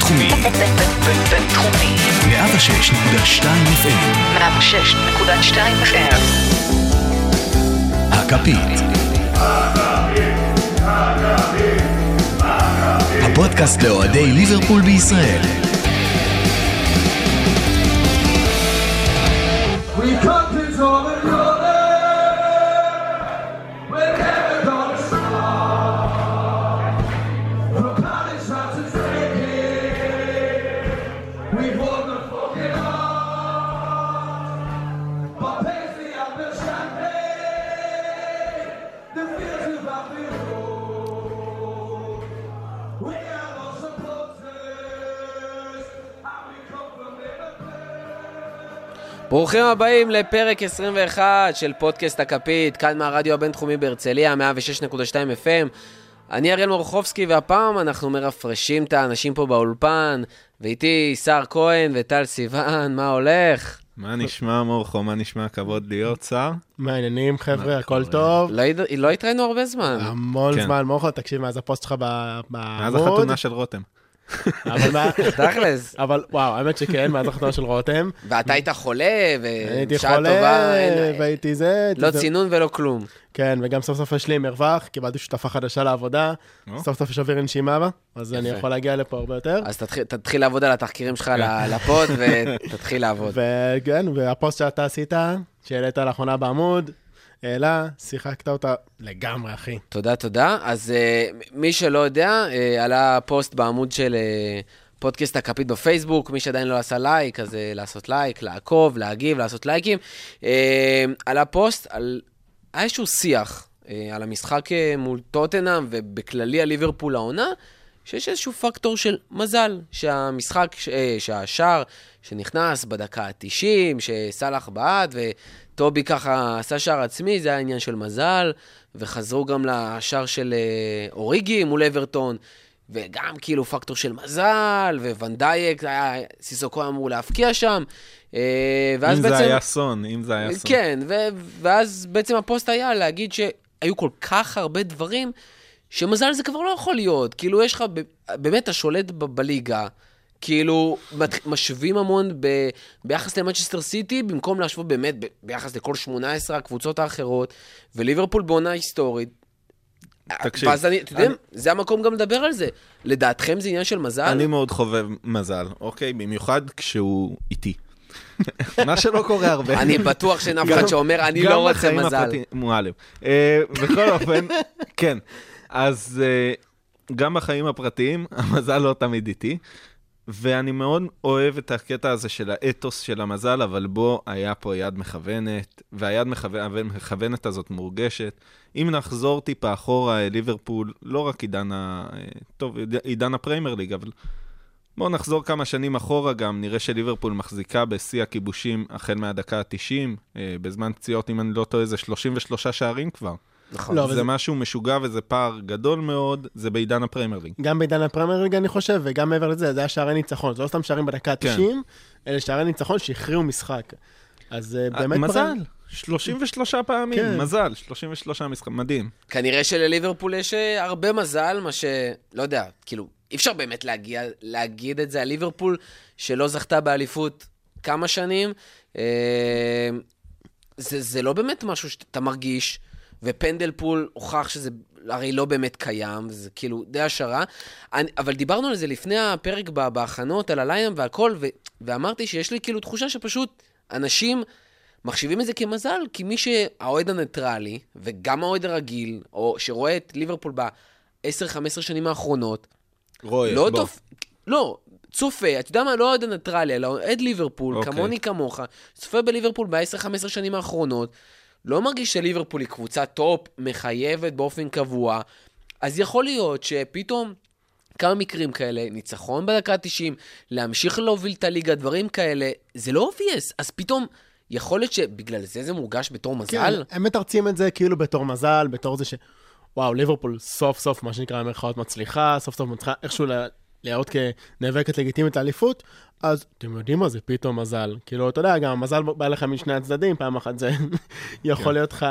בינתחומי. בינתחומי. 106.2 FM. 106.2 FM. הכפית. הפודקאסט לאוהדי ליברפול בישראל. ברוכים הבאים לפרק 21 של פודקאסט הכפית, כאן מהרדיו הבינתחומי בהרצליה, 106.2 FM. אני אריאל מורחובסקי, והפעם אנחנו מרפרשים את האנשים פה באולפן, ואיתי שר כהן וטל סיוון. מה הולך? מה נשמע מורחו? מה נשמע? כבוד להיות שר? מה העניינים חבר'ה? הכל טוב? לא התראינו הרבה זמן. המון זמן, מורחו, תקשיב, מאז הפוסט שלך בעמוד. מאז החתונה של רותם. תכלס. אבל וואו, האמת שכן, מאז החתונה של רותם. ואתה היית חולה, הייתי ושעה חולה, טובה. והייתי זה. לא צינון ולא כלום. כן, וגם סוף סוף יש לי מרווח, קיבלתי שותפה חדשה לעבודה, סוף סוף יש אוויר נשימה בה, אז אני יכול להגיע לפה הרבה יותר. אז תתחיל לעבוד על התחקירים שלך לפוד, ותתחיל לעבוד. וכן, והפוסט שאתה עשית, שהעלית לאחרונה בעמוד, העלה, שיחקת אותה לגמרי, אחי. תודה. אז מי שלא יודע, עלה פוסט בעמוד של פודקאסט הכפית בפייסבוק, מי שעדיין לא עשה לייק, אז לעשות לייק, לעקוב, להגיב, לעשות לייקים. עלה פוסט על איזשהו שיח על המשחק מול טוטנהאם, ובכללי על ליברפול העונה, שיש איזשהו פקטור של מזל, שהמשחק, שהשער שנכנס בדקה ה-90, שסלח בעט, וטובי ככה עשה שער עצמי, זה היה עניין של מזל, וחזרו גם לשער של אוריגי מול אברטון, וגם כאילו פקטור של מזל, וונדייק, סיסוקו אמור להפקיע שם, אם זה היה סון. כן, ואז בעצם הפוסט היה להגיד שהיו כל כך הרבה דברים, שמזל זה כבר לא יכול להיות, כאילו יש לך באמת השולט בליגה, כאילו משווים המון ביחס למנצ'סטר סיטי, במקום להשוות באמת ביחס לכל 18 הקבוצות האחרות, וליברפול בעונה היסטורית. תקשיב. ואז אתם יודעים, זה המקום גם לדבר על זה. לדעתכם זה עניין של מזל? אני מאוד חובב מזל, אוקיי? במיוחד כשהוא איתי. מה שלא קורה הרבה. אני בטוח שאין אף אחד שאומר, אני לא רוצה מזל. מועלם. בכל אופן, כן. אז גם בחיים הפרטיים, המזל לא תמיד איתי, ואני מאוד אוהב את הקטע הזה של האתוס של המזל, אבל בו היה פה יד מכוונת, והיד מכוונת הזאת מורגשת. אם נחזור טיפה אחורה, ליברפול, לא רק עידן הפריימר ליג, אבל בואו נחזור כמה שנים אחורה גם, נראה שליברפול מחזיקה בשיא הכיבושים החל מהדקה ה-90, בזמן פציעות, אם אני לא טועה, זה 33 שערים כבר. נכון. זה משהו משוגע וזה פער גדול מאוד, זה בעידן הפריימר ליג. גם בעידן הפריימר ליג אני חושב, וגם מעבר לזה, זה היה שערי ניצחון, זה לא סתם שערים בדקה ה-90, אלה שערי ניצחון שהכריעו משחק. אז באמת מזל, 33 פעמים, מזל, 33 משחק, מדהים. כנראה שלליברפול יש הרבה מזל, מה לא יודע, כאילו, אי אפשר באמת להגיד את זה על ליברפול, שלא זכתה באליפות כמה שנים, זה לא באמת משהו שאתה מרגיש, ופנדלפול הוכח שזה הרי לא באמת קיים, זה כאילו די השערה, אבל דיברנו על זה לפני הפרק בהכנות, על הליינאפ והכל, ואמרתי שיש לי כאילו תחושה שפשוט אנשים מחשיבים את זה כמזל, כי מי שהאוהד הניטרלי, וגם האוהד הרגיל, או שרואה את ליברפול ב-10-15 שנים האחרונות, רואה, לא, צופה, אתה יודע מה, לא אוהד הניטרלי, אלא אוהד ליברפול, כמוני כמוך, צופה בליברפול ב-10-15 שנים האחרונות, לא מרגיש שליברפול היא קבוצה טופ, מחייבת באופן קבוע, אז יכול להיות שפתאום כמה מקרים כאלה, ניצחון בדקה 90, להמשיך להוביל את הליגה, דברים כאלה, זה לא obvious, אז פתאום יכול להיות שבגלל זה מורגש בתור מזל? כן, הם מתרצים את זה כאילו בתור מזל, בתור זה וואו, ליברפול סוף סוף, מה שנקרא, המרכאות מצליחה, סוף סוף מצליחה איכשהו להיות כנאבקת לגיטימית לאליפות, אז אתם יודעים מה זה פתאום מזל. כאילו, אתה יודע, גם המזל בא לך משני הצדדים, פעם אחת זה יכול להיות לך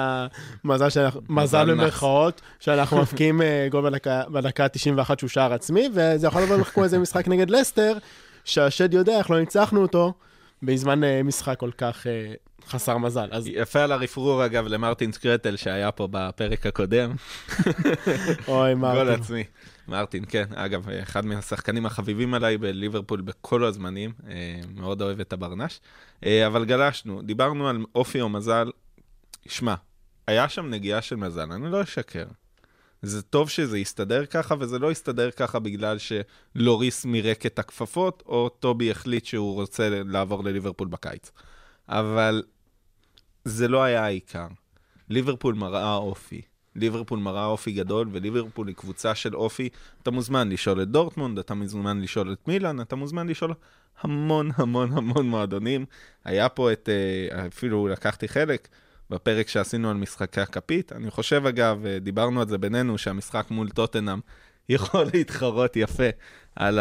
מזל במרכאות, שאנחנו מפקיעים גול בדקה 91 שהוא שער עצמי, וזה יכול לבוא לך כמו איזה משחק נגד לסטר, שהשד יודע איך לא ניצחנו אותו, בזמן משחק כל כך חסר מזל. יפה על הרפרור, אגב, למרטין קרטל, שהיה פה בפרק הקודם. אוי, מרטין. גול עצמי. מרטין, כן. אגב, אחד מהשחקנים החביבים עליי בליברפול בכל הזמנים. מאוד אוהב את הברנש. אבל גלשנו, דיברנו על אופי או מזל. שמע, היה שם נגיעה של מזל, אני לא אשקר. זה טוב שזה יסתדר ככה, וזה לא יסתדר ככה בגלל שלוריס מירק את הכפפות, או טובי החליט שהוא רוצה לעבור לליברפול בקיץ. אבל זה לא היה העיקר. ליברפול מראה אופי. ליברפול מראה אופי גדול, וליברפול היא קבוצה של אופי. אתה מוזמן לשאול את דורטמונד, אתה מוזמן לשאול את מילאן, אתה מוזמן לשאול המון המון המון מועדונים. היה פה אפילו לקחתי חלק, בפרק שעשינו על משחקי הכפית. אני חושב, אגב, דיברנו על זה בינינו, שהמשחק מול טוטנהאם יכול להתחרות יפה על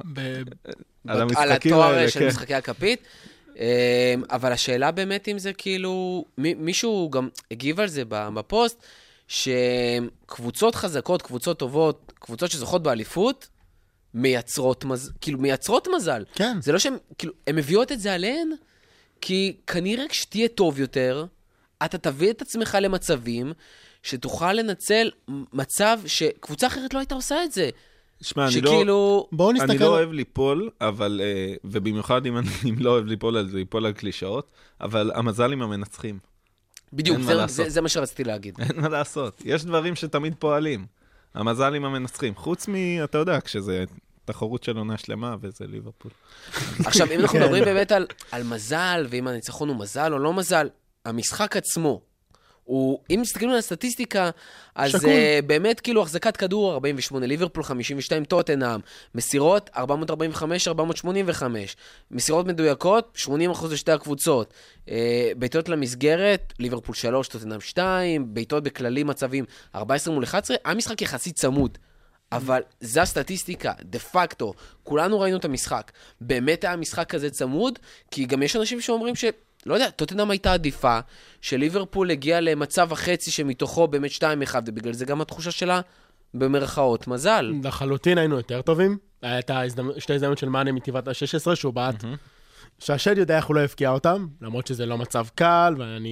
המשחקים על האלה. התואר של משחקי הכפית. אבל השאלה באמת אם זה כאילו, מישהו גם הגיב על זה בפוסט, שקבוצות חזקות, קבוצות טובות, קבוצות שזוכות באליפות, מייצרות מזל. כן. זה לא שהן, כאילו, הן מביאות את זה עליהן, כי כנראה כשתהיה טוב יותר, אתה תביא את עצמך למצבים שתוכל לנצל מצב שקבוצה אחרת לא הייתה עושה את זה. שמע, בואו נסתכל. אני לא אוהב ליפול, אבל, ובמיוחד אם אני לא אוהב ליפול על זה, ליפול על קלישאות, אבל המזלים המנצחים. בדיוק, זה מה שרציתי להגיד. אין מה לעשות. יש דברים שתמיד פועלים. המזלים המנצחים. חוץ אתה יודע, כשזה תחרות של עונה שלמה, וזה ליברפול. עכשיו, אם אנחנו מדברים באמת על מזל, ואם הניצחון הוא מזל או לא מזל, המשחק עצמו, אם מסתכלים על הסטטיסטיקה, אז באמת כאילו החזקת כדור 48, ליברפול 52, טוטנהאם, מסירות 445, 485, מסירות מדויקות 80% לשתי הקבוצות, בעיטות למסגרת, ליברפול 3, טוטנהאם 2, בעיטות בכללי מצבים 14 מול 11, המשחק יחסית צמוד. אבל זה הסטטיסטיקה, דה פקטו, כולנו ראינו את המשחק. באמת היה המשחק כזה צמוד, כי גם יש אנשים שאומרים לא יודע, טוטנהאם הייתה עדיפה, שליברפול הגיע למצב החצי שמתוכו באמת 2-1, ובגלל זה גם התחושה שלה במרכאות מזל. לחלוטין היינו יותר טובים. הייתה שתי הזדמנות של מאנה מטבעת ה-16, שהוא בעט, שהשד יודע איך הוא לא הפקיע אותם, למרות שזה לא מצב קל, ואני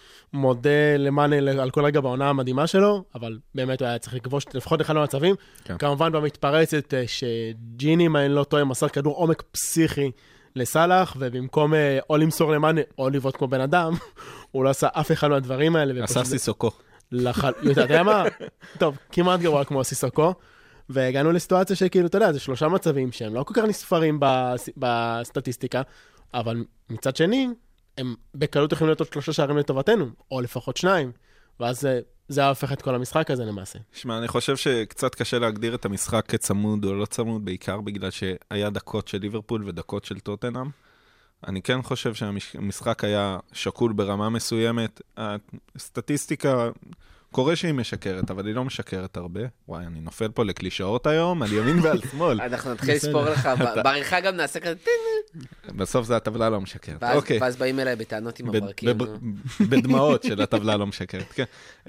מודה למאנה על כל רגע בעונה המדהימה שלו, אבל באמת הוא היה צריך לכבוש לפחות אחד מהמצבים. כמובן במתפרצת שג'יני, מה אני לא טועה, מסר כדור עומק פסיכי, לסלח, ובמקום או למסור למאנה, או לבעוט כמו בן אדם, הוא לא עשה אף אחד מהדברים האלה. עשה סיסוקו. אתה יודע מה? טוב, כמעט גרוע כמו סיסוקו, והגענו לסיטואציה שכאילו, אתה יודע, זה 3 מצבים שהם לא כל כך נספרים בסטטיסטיקה, אבל מצד שני, הם בקלות יכולים להיות עוד 3 שערים לטובתנו, או לפחות 2, ואז זה היה הופך את כל המשחק הזה למעשה. שמע, אני חושב שקצת קשה להגדיר את המשחק כצמוד או לא צמוד, בעיקר בגלל שהיה דקות של ליברפול ודקות של טוטנהאם. אני כן חושב שהמשחק היה שקול ברמה מסוימת. הסטטיסטיקה, קורה שהיא משקרת, אבל היא לא משקרת הרבה. וואי, אני נופל פה לקלישאות היום, על ימין ועל שמאל. אנחנו נתחיל לספור לך, בעריכה גם נעשה כזה... בסוף זה הטבלה לא משקרת. ואז באים אליי בטענות עם הברקים. בדמעות של הטבלה לא משקרת, כן.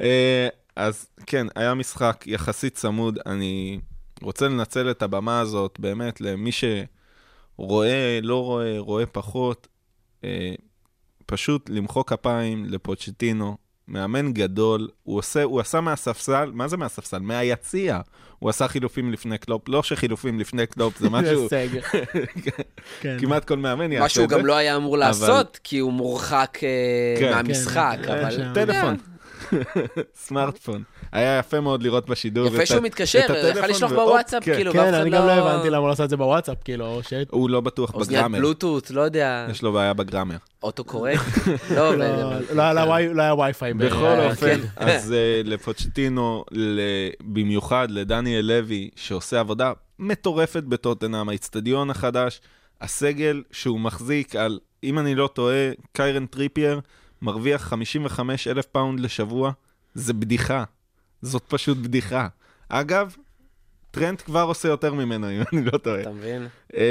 אז כן, היה משחק יחסית צמוד. אני רוצה לנצל את הבמה הזאת באמת למי שרואה, לא רואה, רואה פחות. פשוט למחוא כפיים לפוצ'טינו, מאמן גדול. הוא עשה מהספסל, מה זה מהספסל? מהיציע. הוא עשה חילופים לפני קלופ, לא שחילופים לפני קלופ, זה משהו... כמעט כל מאמן יעשה את זה. משהו גם לא היה אמור לעשות, כי הוא מורחק מהמשחק, אבל... טלפון. סמארטפון. היה יפה מאוד לראות בשידור. יפה שהוא מתקשר, יכול לשלוח בוואטסאפ, כאילו, כן, אני גם לא הבנתי למה הוא עשה את זה בוואטסאפ, כאילו, הוא לא בטוח בגרמר. אוזניית בלוטות, לא יודע. יש לו בעיה בגרמר. אוטו-קורקט? לא היה וי-פיי. בכל אופן, אז לפוצ'טינו, במיוחד לדניאל לוי, שעושה עבודה מטורפת בטוטנהאם, האצטדיון החדש, הסגל שהוא מחזיק על, אם אני לא טועה, קיירן טריפייר, מרוויח 55,000 פאונד לשבוע, זה בדיחה. זאת פשוט בדיחה. אגב, טרנט כבר עושה יותר ממנו, אם אני לא טועה. אתה מבין?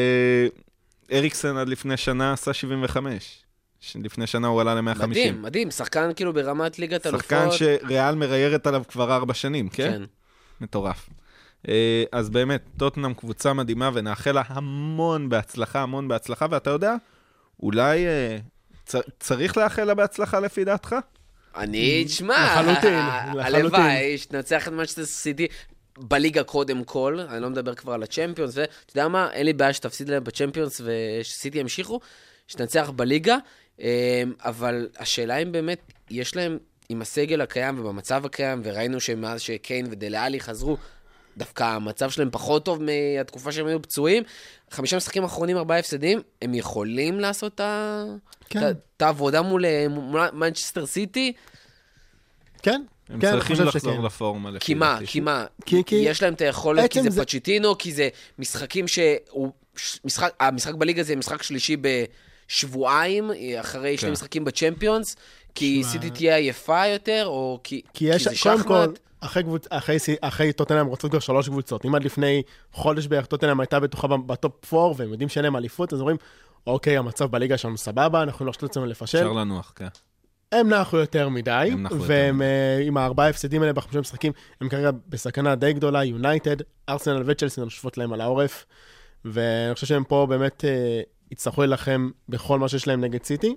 אריקסן עד לפני שנה עשה 75. לפני שנה הוא עלה ל-150. מדהים, מדהים. שחקן כאילו ברמת ליגת אלופות. שחקן שריאל מריירת עליו כבר 4 שנים, כן? כן. מטורף. אז באמת, טוטנהאם קבוצה מדהימה, ונאחל לה המון בהצלחה, ואתה יודע, אולי צריך לאחל לה בהצלחה לפי דעתך? אני, תשמע, לחלוטין. הלוואי, שתנצח את מנצ'סטר סיטי בליגה קודם כל, אני לא מדבר כבר על הצ'מפיונס, ואתה יודע מה, אין לי בעיה שתפסיד להם בצ'מפיונס ושסיטי ימשיכו, שתנצח בליגה, אבל השאלה אם באמת יש להם, עם הסגל הקיים ובמצב הקיים, וראינו שמאז שקיין ודלאלי חזרו, דווקא המצב שלהם פחות טוב מהתקופה שהם היו פצועים, 5 משחקים אחרונים, 4 הפסדים, הם יכולים לעשות את העבודה מול מנצ'סטר סיטי? כן. הם צריכים לחזור לפורמה. כי מה? כי יש להם את היכולת, כי זה פצ'יטינו, כי זה משחקים המשחק בליגה זה משחק שלישי בשבועיים, אחרי 2 משחקים בצ'מפיונס, כי סיטי תהיה עייפה יותר, או כי זה שחמט. אחרי טוטנהאם רוצות כבר 3 קבוצות. אם עד לפני חודש בערך טוטנהאם הייתה בטוחה בטופ 4, והם יודעים שאין להם אליפות, אז אומרים, אוקיי, המצב בליגה שלנו סבבה, אנחנו לא שתוצאים לפשל. אפשר לנוח, כן. הם נחו יותר מדי, והם עם 4 הפסדים האלה ב5 משחקים, הם כרגע בסכנה די גדולה, יונייטד, ארסנל וצ'לסי נושפות להם על העורף, ואני חושב שהם פה באמת יצטרכו להילחם בכל מה שיש להם נגד סיטי,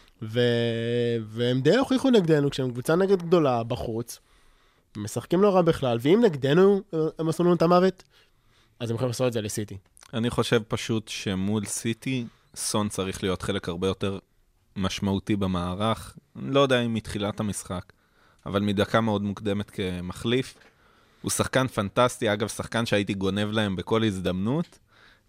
והם די הוכיחו נגדנו, כשהם קבוצה נגד גדולה בחוץ, משחקים לא רע בכלל, ואם נגדנו הם עשו לנו את המוות, אז הם יכולים לעשות את זה לסיטי. אני חושב פשוט שמול סיטי, סון צריך להיות חלק הרבה יותר משמעותי במערך. אני לא יודע אם מתחילת המשחק, אבל מדקה מאוד מוקדמת כמחליף. הוא שחקן פנטסטי, אגב, שחקן שהייתי גונב להם בכל הזדמנות.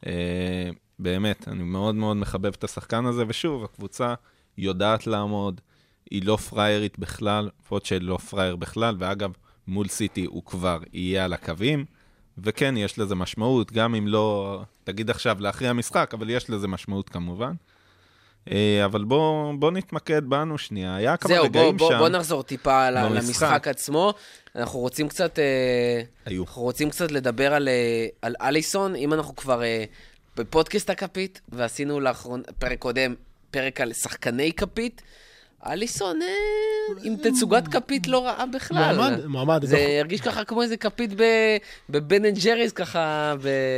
באמת, אני מאוד מאוד מחבב את השחקן הזה, ושוב, הקבוצה יודעת לעמוד, היא לא פריירית בכלל, לפחות שהיא לא פרייר בכלל, ואגב, מול סיטי הוא כבר יהיה על הקווים, וכן, יש לזה משמעות, גם אם לא, תגיד עכשיו להכריע המשחק, אבל יש לזה משמעות כמובן. אבל בוא נתמקד בנו שנייה, היה כמה רגעים שם. בוא נחזור טיפה למשחק עצמו, אנחנו רוצים קצת לדבר על אליסון, אם אנחנו כבר בפודקאסט הכפית, ועשינו לאחרון, פרק קודם, פרק על שחקני כפית, אליסון עם תצוגת כפית לא רעה בכלל. מועמד. זה הרגיש ככה כמו איזה כפית בבן אנד ג'ריז, ככה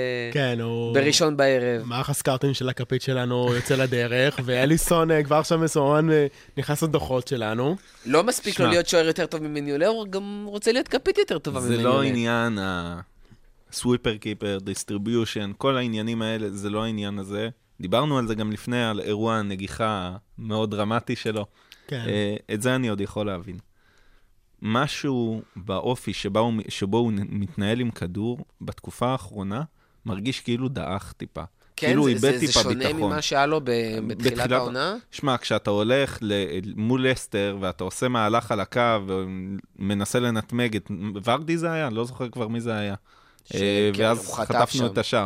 בראשון בערב. מערך הסקאוטים של הכפית שלנו יוצא לדרך, ואליסון כבר עכשיו מסומן נכנס לדוחות שלנו. לא מספיק לו להיות שוער יותר טוב ממניולר, הוא גם רוצה להיות כפית יותר טובה ממניולר. זה לא עניין הסוויפר קיפר, דיסטריביושן, כל העניינים האלה, זה לא העניין הזה. דיברנו על זה גם לפני, על אירוע הנגיחה מאוד דרמטי שלו. כן. את זה אני עוד יכול להבין. משהו באופי שבו הוא מתנהל עם כדור, בתקופה האחרונה, מרגיש כאילו דאח טיפה. כן, כאילו זה שונה ממה שהיה לו בתחילת העונה? שמע, כשאתה הולך מול לסטר, ואתה עושה מהלך על הקו, ומנסה לנתמג את ורדי זה היה? לא זוכר כבר מי זה היה. ואז חטפנו את השאר.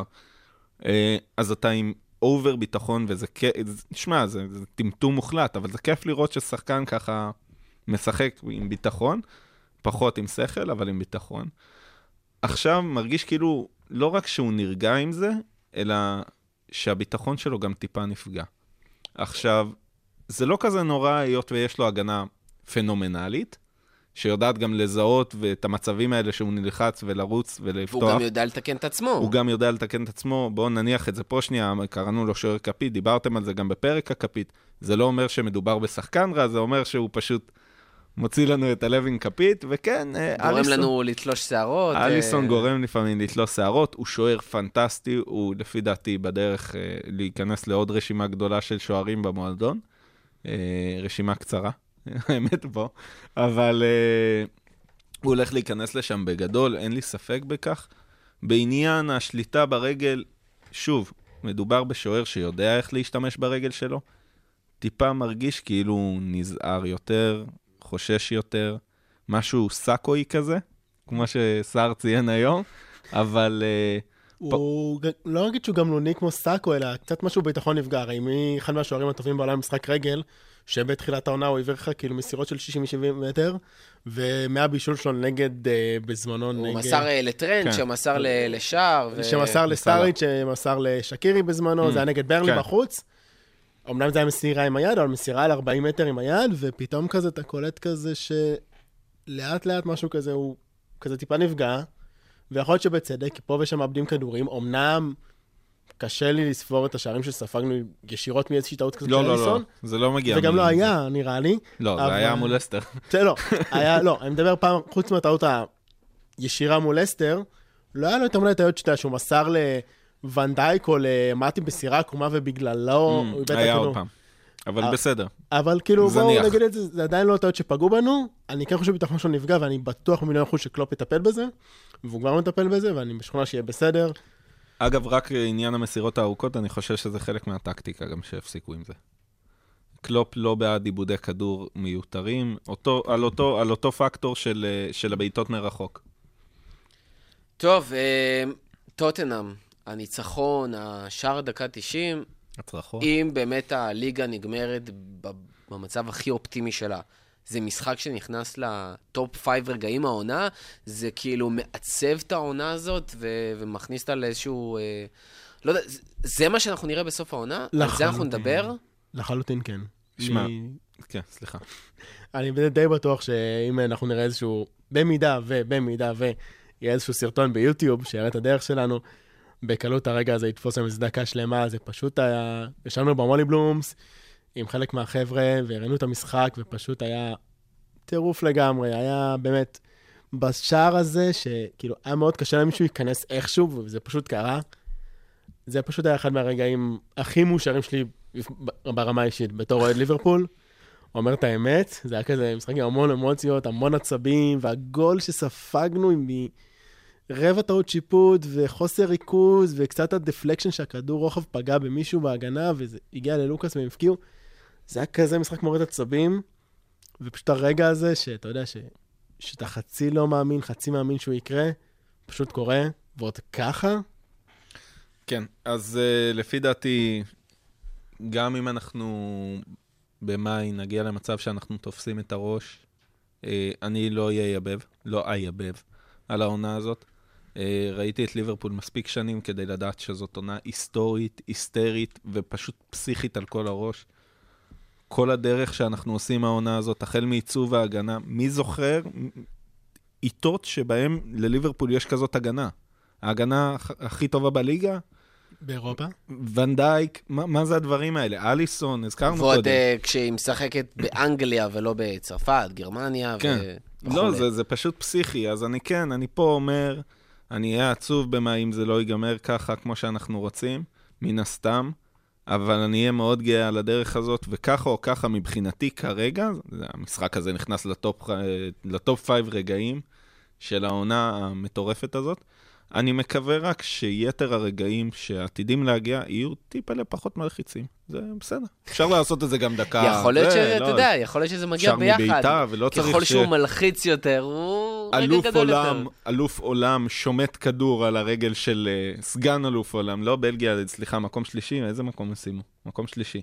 אז אתה עם אובר ביטחון, וזה שמע, זה טמטום מוחלט, אבל זה כיף לראות ששחקן ככה משחק עם ביטחון, פחות עם שכל, אבל עם ביטחון. עכשיו מרגיש כאילו, לא רק שהוא נרגע עם זה, אלא שהביטחון שלו גם טיפה נפגע. עכשיו, זה לא כזה נורא, היות ויש לו הגנה פנומנלית, שיודעת גם לזהות ואת המצבים האלה שהוא נלחץ ולרוץ ולפתוח. והוא גם יודע לתקן את עצמו. הוא גם יודע לתקן את עצמו. בואו נניח את זה פה שנייה, קראנו לו שוער כפית, דיברתם על זה גם בפרק הכפית. זה לא אומר שמדובר בשחקן רע, זה אומר שהוא פשוט מוציא לנו את הלב עם כפית, וכן, גורם לנו לתלוש שערות. אליסון גורם לפעמים לתלוש שערות, הוא שוער פנטסטי, הוא לפי דעתי בדרך להיכנס לעוד רשימה גדולה של שוערים במועדון. רשימה קצרה. האמת פה, אבל הוא הולך להיכנס לשם בגדול, אין לי ספק בכך. בעניין השליטה ברגל, שוב, מדובר בשוער שיודע איך להשתמש ברגל שלו, טיפה מרגיש כאילו הוא נזהר יותר, חושש יותר, משהו סאקוי כזה, כמו שסער ציין היום, אבל הוא לא נגיד שהוא גם לוני כמו סאקו, אלא קצת משהו ביטחון נפגע, הרי מי אחד מהשוערים הטובים בעולם משחק רגל, שבתחילת העונה הוא עיוור לך כאילו מסירות של 60-70 מטר, ומהבישול שלו נגד בזמנו נגד... הוא מסר לטרנד, שמסר לשער. שמסר לסטאריץ', שמסר לשקירי בזמנו, זה היה נגד ברלי בחוץ. אמנם זה היה מסירה עם היד, אבל מסירה על 40 מטר עם היד, ופתאום כזה אתה קולט כזה שלאט לאט משהו כזה, הוא כזה טיפה נפגע, ויכול להיות שבצדק, כי פה ושם מאבדים כדורים, אמנם קשה לי לספור את השערים שספגנו ישירות מאיזושהי טעות כזאת של אליסון. לא, זה לא מגיע. וגם לא היה, נראה לי. לא, זה היה מול אסטר. זה לא, לא, אני מדבר פעם, חוץ מהטעות הישירה מול אסטר, לא היה לו יותר מלא טעויות שהוא מסר לוונדייק או למטי בסירה עקומה ובגללו הוא איבד את הכדור. היה עוד פעם, אבל בסדר. אבל כאילו בואו נגיד את זה, זה עדיין לא טעויות שפגעו בנו, אני כן חושב ביטחון שלו נפגע, ואני בטוח ב1,000,000% שקלופ יטפל בזה, והוא כבר מטפל בזה, ואני משוכנע שיהיה בסדר. אגב, רק עניין המסירות הארוכות, אני חושב שזה חלק מהטקטיקה גם שהפסיקו עם זה. קלופ לא בעד עיבודי כדור מיותרים, על אותו פקטור של הבעיטות מרחוק. טוב, טוטנהאם, הניצחון, השער דקה 90, הצלחות. אם באמת הליגה נגמרת במצב הכי אופטימי שלה, זה משחק שנכנס לטופ 5 רגעים העונה, זה כאילו מעצב את העונה הזאת ומכניס אותה לאיזשהו... לא יודע, זה מה שאנחנו נראה בסוף העונה? על זה אנחנו נדבר? לחלוטין כן. שמע, כן, סליחה. אני די בטוח שאם אנחנו נראה איזשהו, במידה יהיה איזשהו סרטון ביוטיוב שיראה את הדרך שלנו, בקלות הרגע הזה יתפוס עם איזו דקה שלמה, זה פשוט היה... ישבנו במולי בלומס עם חלק מהחבר'ה, והראינו את המשחק, ופשוט היה טירוף לגמרי. היה באמת בשער הזה, שכאילו היה מאוד קשה למישהו להיכנס איכשהו, וזה פשוט קרה. זה פשוט היה אחד מהרגעים הכי מאושרים שלי ברמה האישית, בתור אוהד ליברפול. אומר את האמת, זה היה כזה משחק עם המון אמוציות, המון עצבים, והגול שספגנו עם רבע טעות שיפוט וחוסר ריכוז, וקצת הדפלקשן שהכדור רוחב פגע במישהו בהגנה, וזה הגיע ללוקאס והם הפקיעו. זה היה כזה משחק מורד עצבים, ופשוט הרגע הזה, שאתה יודע שאתה חצי לא מאמין, חצי מאמין שהוא יקרה, פשוט קורה, ועוד ככה. כן, אז לפי דעתי, גם אם אנחנו במאי נגיע למצב שאנחנו תופסים את הראש, אני לא אייבב על העונה הזאת. ראיתי את ליברפול מספיק שנים כדי לדעת שזאת עונה היסטורית, היסטרית ופשוט פסיכית על כל הראש. כל הדרך שאנחנו עושים העונה הזאת, החל מעיצוב ההגנה, מי זוכר עיתות שבהם לליברפול יש כזאת הגנה? ההגנה הכי טובה בליגה? באירופה? ונדייק, מה זה הדברים האלה? אליסון, הזכרנו קודם. ועוד כשהיא משחקת באנגליה ולא בצרפת, גרמניה. כן. לא, זה פשוט פסיכי, אז אני פה אומר, אני אהיה עצוב במה אם זה לא ייגמר ככה כמו שאנחנו רוצים, מן הסתם, אבל אני אהיה מאוד גאה על הדרך הזאת, וככה או ככה מבחינתי כרגע, המשחק הזה נכנס לטופ 5 רגעים של העונה המטורפת הזאת, אני מקווה רק שיתר הרגעים שעתידים להגיע יהיו טיפה לפחות מלחיצים. זה בסדר. אפשר לעשות את זה גם דקה. יכול להיות שאתה יודע, יכול להיות שזה מגיע ביחד. אפשר מביתה, ולא צריך ככל שהוא מלחיץ יותר, הוא רגע גדול יותר. אלוף עולם שומט כדור על הרגל של סגן אלוף עולם. לא בלגיה, סליחה, מקום שלישי. איזה מקום עשינו? מקום שלישי.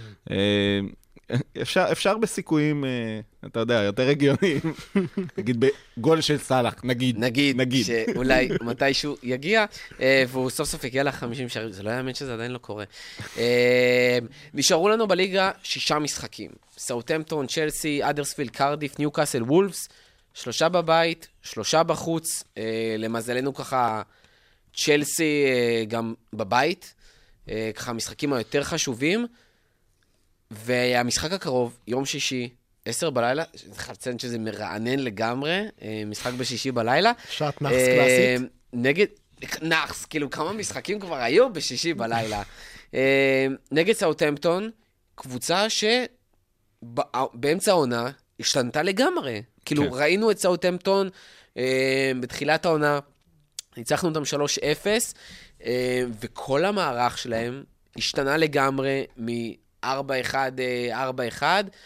אפשר בסיכויים, אתה יודע, יותר הגיוניים. נגיד בגול של סלאח, נגיד. שאולי מתישהו יגיע, והוא סוף סוף יגיע ל50 שערים. זה לא יאמן שזה עדיין לא קורה. נשארו לנו בליגה 6 משחקים. סאות'המפטון, צ'לסי, אדרספילד, קרדיף, ניוקאסל, וולפס. 3 בבית, 3 בחוץ. למזלנו ככה, צ'לסי גם בבית. ככה המשחקים היותר חשובים. והמשחק הקרוב, יום שישי, 10 בלילה, חלצן שזה מרענן לגמרי, משחק בשישי בלילה. שעת נחס קלאסית. נגד, נחס, כאילו כמה משחקים כבר היו בשישי בלילה. נגד סאות'המפטון, קבוצה שבאמצע העונה השתנתה לגמרי. כאילו ראינו את סאות'המפטון בתחילת העונה, ניצחנו אותם 3-0, וכל המערך שלהם השתנה לגמרי 4-1, 4-1,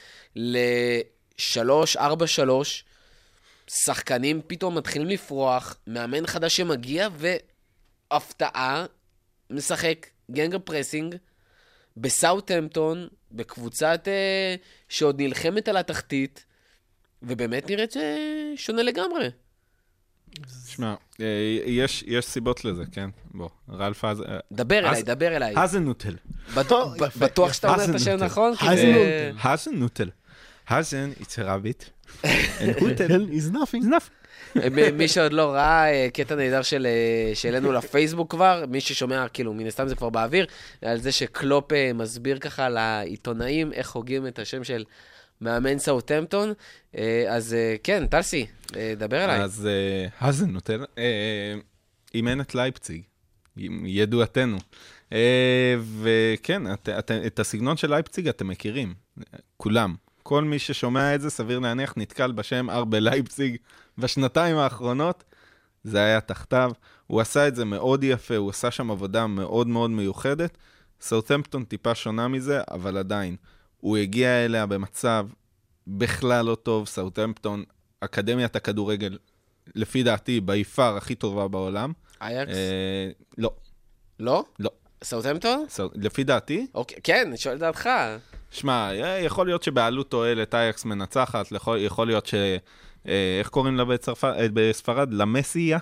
ל-3-4-3, שחקנים פתאום מתחילים לפרוח, מאמן חדש שמגיע, והפתעה, משחק גנגר פרסינג, בסאות'המפטון, בקבוצת שעוד נלחמת על התחתית, ובאמת נראית שונה לגמרי. שמע, יש סיבות לזה, כן? בוא, רלף האזן... דבר אליי. האזנוטל. בטוח שאתה אומר את השם נכון? האזנוטל. האזן, it's a rabbit. is nothing. מי שעוד לא ראה, קטע נהדר שלנו לפייסבוק כבר, מי ששומע, כאילו, מן הסתם זה כבר באוויר, על זה שקלופ מסביר ככה לעיתונאים איך הוגים את השם של מאמן סאות'המפטון. אז כן, טלסי, דבר אליי. אז האזנוטל, אימן את לייפציג, ידועתנו. וכן, את הסגנון של לייפציג אתם מכירים, כולם. כל מי ששומע את זה, סביר להניח, נתקל בשם ארבה לייפציג בשנתיים האחרונות, זה היה תחתיו. הוא עשה את זה מאוד יפה, הוא עשה שם עבודה מאוד מאוד מיוחדת. סאות'המפטון טיפה שונה מזה, אבל עדיין, הוא הגיע אליה במצב בכלל לא טוב. סאות'המפטון, אקדמיית הכדורגל, לפי דעתי, ביפר הכי טובה בעולם. אייקס? לא. לא? לא. סאות'המפטון? לפי דעתי? כן, אני שואל דעתך. שמע, יכול להיות שבעלות תועלת אייקס מנצחת, יכול להיות ש... איך קוראים לה בספרד? למסיה?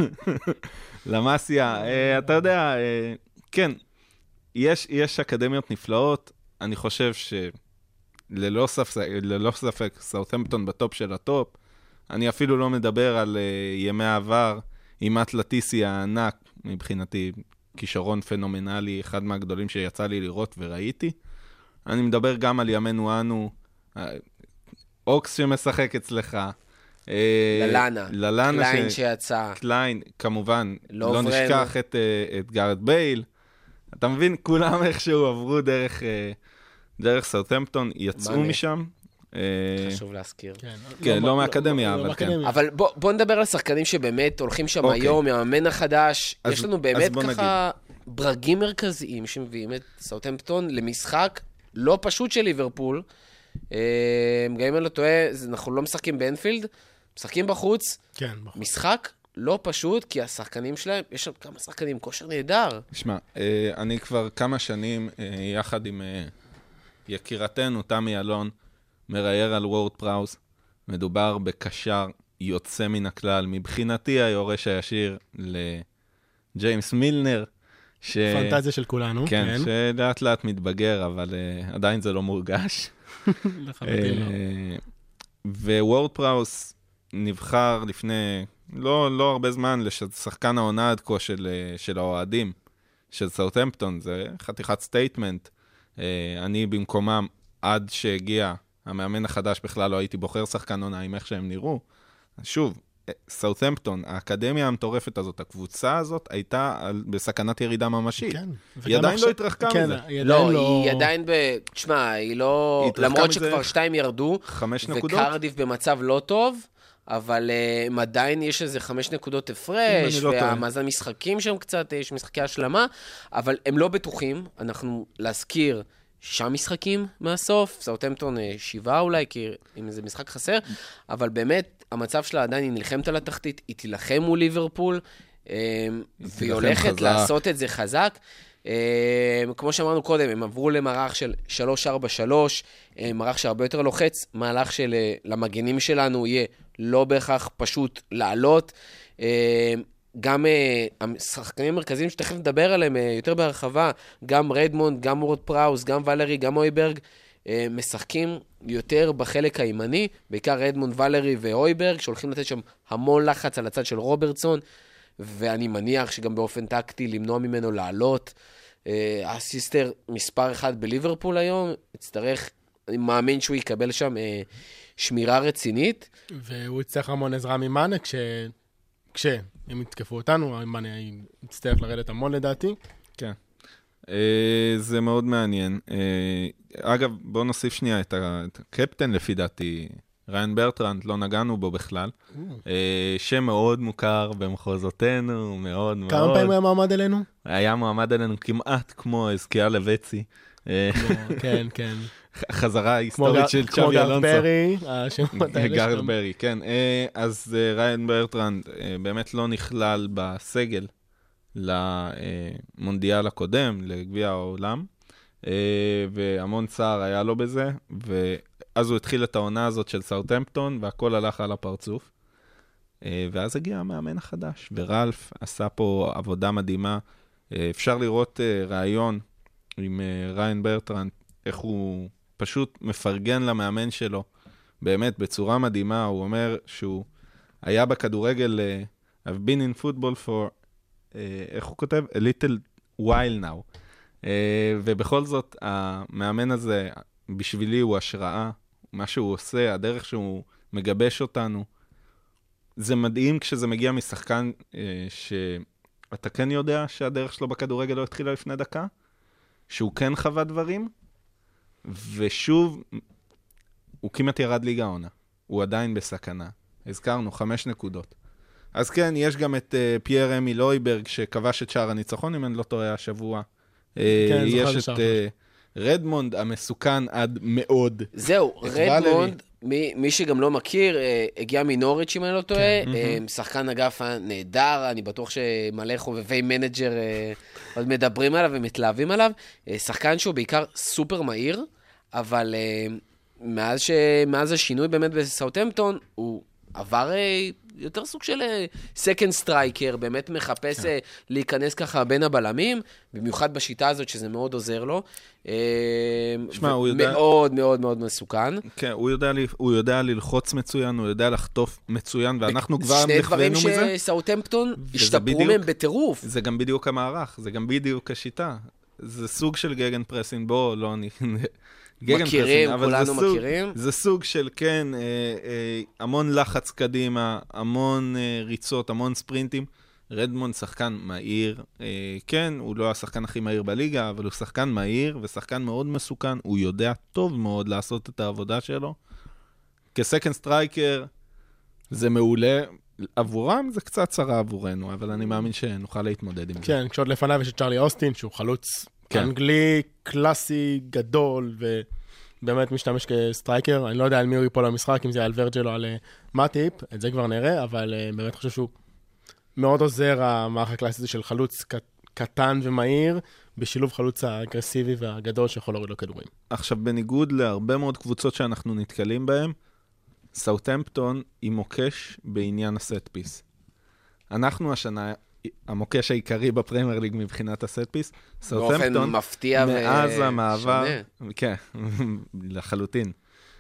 למסיה. אתה יודע, כן, יש אקדמיות נפלאות. אני חושב שללא ספק סאות'המפטון בטופ של הטופ. אני אפילו לא מדבר על ימי העבר עם אטלטיסי הענק, מבחינתי כישרון פנומנלי, אחד מהגדולים שיצא לי לראות וראיתי. אני מדבר גם על ימינו אנו, אוקס שמשחק אצלך. ללנה, קליין שיצא. קליין, כמובן, לא נשכח את גארד בייל. אתה מבין, כולם איכשהו עברו דרך סאות'המפטון, יצאו משם. חשוב להזכיר. כן, לא מהאקדמיה, אבל כן. אבל בוא נדבר על שחקנים שבאמת הולכים שם היום, מהמאמן החדש. יש לנו באמת ככה ברגים מרכזיים שמביאים את סאות'המפטון למשחק לא פשוט של ליברפול. גם אם אני לא טועה, אנחנו לא משחקים באנפילד, משחקים בחוץ. כן, בחוץ. משחק לא פשוט, כי השחקנים שלהם, יש שם כמה שחקנים, כושר נהדר. שמע, אני כבר כמה שנים, יחד עם יקירתנו, תמי אלון, מראייר על וורד פראוס, מדובר בקשר יוצא מן הכלל, מבחינתי היורש הישיר לג'יימס מילנר, פנטזיה של כולנו. כן, שלאט לאט מתבגר, אבל עדיין זה לא מורגש. לחלוטין לא. ווורד פראוס נבחר לפני לא הרבה זמן לשחקן העונה עד כה של האוהדים של סאות'המפטון. זה חתיכת סטייטמנט. אני במקומם, עד שהגיע המאמן החדש, בכלל לא הייתי בוחר שחקן עונה עם איך שהם נראו. שוב, סאות'המפטון, האקדמיה המטורפת הזאת, הקבוצה הזאת, הייתה בסכנת ירידה ממשית. כן. היא עדיין לא התרחקה מזה. לא, היא עדיין תשמע, היא לא... למרות שכבר 2 ירדו, 5 נקודות. וקרדיף במצב לא טוב, אבל עדיין יש איזה 5 נקודות הפרש, והמאזן משחקים שם קצת, יש משחקי השלמה, אבל הם לא בטוחים. אנחנו להזכיר 6 משחקים מהסוף, סאות'המפטון 7 אולי, כי אם זה משחק חסר, אבל באמת, המצב שלה עדיין היא נלחמת על התחתית, היא תילחם מול ליברפול, והיא הולכת לעשות את זה חזק. כמו שאמרנו קודם, הם עברו למערך של 3-4-3, מערך שהרבה יותר לוחץ, מהלך של למגנים שלנו יהיה לא בהכרח פשוט לעלות. גם השחקנים המרכזיים שתכף נדבר עליהם יותר בהרחבה, גם רדמונד, גם וורד פראוס, גם ולרי, גם אויברג, משחקים יותר בחלק הימני, בעיקר רדמונד, ולרי ואויברג, שהולכים לתת שם המון לחץ על הצד של רוברטסון, ואני מניח שגם באופן טקטי למנוע ממנו לעלות. הסיסטר מספר 1 בליברפול היום, הצטרך, אני מאמין שהוא יקבל שם שמירה רצינית. והוא יצטרך המון עזרה ממאנה, כשהם יתקפו אותנו, מאנה יצטרך לרדת המון לדעתי. כן. זה מאוד מעניין. אגב, בואו נוסיף שנייה את הקפטן לפי דעתי, ריין ברטרנד, לא נגענו בו בכלל. שם מאוד מוכר במחוזותינו, מאוד מאוד. כמה פעמים היה מועמד אלינו? היה מועמד אלינו כמעט כמו הזכייה לבצי. כן, כן. חזרה היסטורית של צ'אבי אלונסו. כמו גארד ברי, השמות האלה. גארד ברי, כן. אז ריין ברטרנד באמת לא נכלל בסגל למונדיאל הקודם, לגביע העולם. והמון צער היה לו בזה, ואז הוא התחיל את העונה הזאת של סאות'המפטון, והכל הלך על הפרצוף. ואז הגיע המאמן החדש, ורלף עשה פה עבודה מדהימה. אפשר לראות רעיון עם ריין ברטרנד, איך הוא פשוט מפרגן למאמן שלו, באמת בצורה מדהימה. הוא אומר שהוא היה בכדורגל, I've been in football for, איך הוא כותב? A little while now. ובכל זאת, המאמן הזה בשבילי הוא השראה, מה שהוא עושה, הדרך שהוא מגבש אותנו. זה מדהים כשזה מגיע משחקן שאתה כן יודע שהדרך שלו בכדורגל לא התחילה לפני דקה, שהוא כן חווה דברים, ושוב, הוא כמעט ירד ליגה עונה. הוא עדיין בסכנה. הזכרנו 5 נקודות. אז כן, יש גם את פייר אמיל לויברג, שכבש את שער הניצחון, אם אני לא טועה השבוע. כן, יש את רדמונד, המסוכן עד מאוד. זהו, רדמונד, מי שגם לא מכיר, הגיע מנוריץ' אם אני לא טועה, שחקן אגף נהדר, אני בטוח שמלא חובבי מנג'ר עוד מדברים עליו ומתלהבים עליו. שחקן שהוא בעיקר סופר מהיר, אבל מאז השינוי באמת בסאות'המפטון, הוא עבר יותר סוג של סקנד סטרייקר, באמת מחפש להיכנס ככה בין הבלמים, במיוחד בשיטה הזאת שזה מאוד עוזר לו. שמה, הוא יודע... מאוד מאוד מאוד מסוכן. כן, הוא יודע ללחוץ מצוין, הוא יודע לחטוף מצוין, ואנחנו כבר נכוונו מזה. שני דברים שסאות'המפטון השתפרו מהם בטירוף. זה גם בדיוק המערך, זה גם בדיוק השיטה. זה סוג של גגן פרסינג, בוא, לא... מכירים, כולנו מכירים. זה סוג של, כן, המון לחץ קדימה, המון ריצות, המון ספרינטים. רדמונד שחקן מהיר, כן, הוא לא השחקן הכי מהיר בליגה, אבל הוא שחקן מהיר ושחקן מאוד מסוכן. הוא יודע טוב מאוד לעשות את העבודה שלו. כסקנד סטרייקר, זה מעולה. עבורם זה קצת צרה עבורנו, אבל אני מאמין שנוכל להתמודד עם זה. כן, כשעוד לפניו יש את צ'רלי אוסטין, שהוא חלוץ אנגלי, קלאסי, גדול, ובאמת משתמש כסטרייקר. אני לא יודע על מי הוא ייפול למשחק, אם זה על ורג'ל או על מאטיפ, את זה כבר נראה, אבל באמת חושב שהוא מאוד עוזר, המערך הקלאסי של חלוץ קטן ומהיר, בשילוב חלוץ האגרסיבי והגדול שיכול להוריד לו כדורים. עכשיו, בניגוד להרבה מאוד קבוצות שאנחנו נתקלים בהן, סאות'המפטון היא מוקש בעניין הסט פיס. אנחנו השנה... המוקש העיקרי בפרמייר ליג מבחינת הסט פיס, באופן מפתיע מאז המעבר, כן, לחלוטין.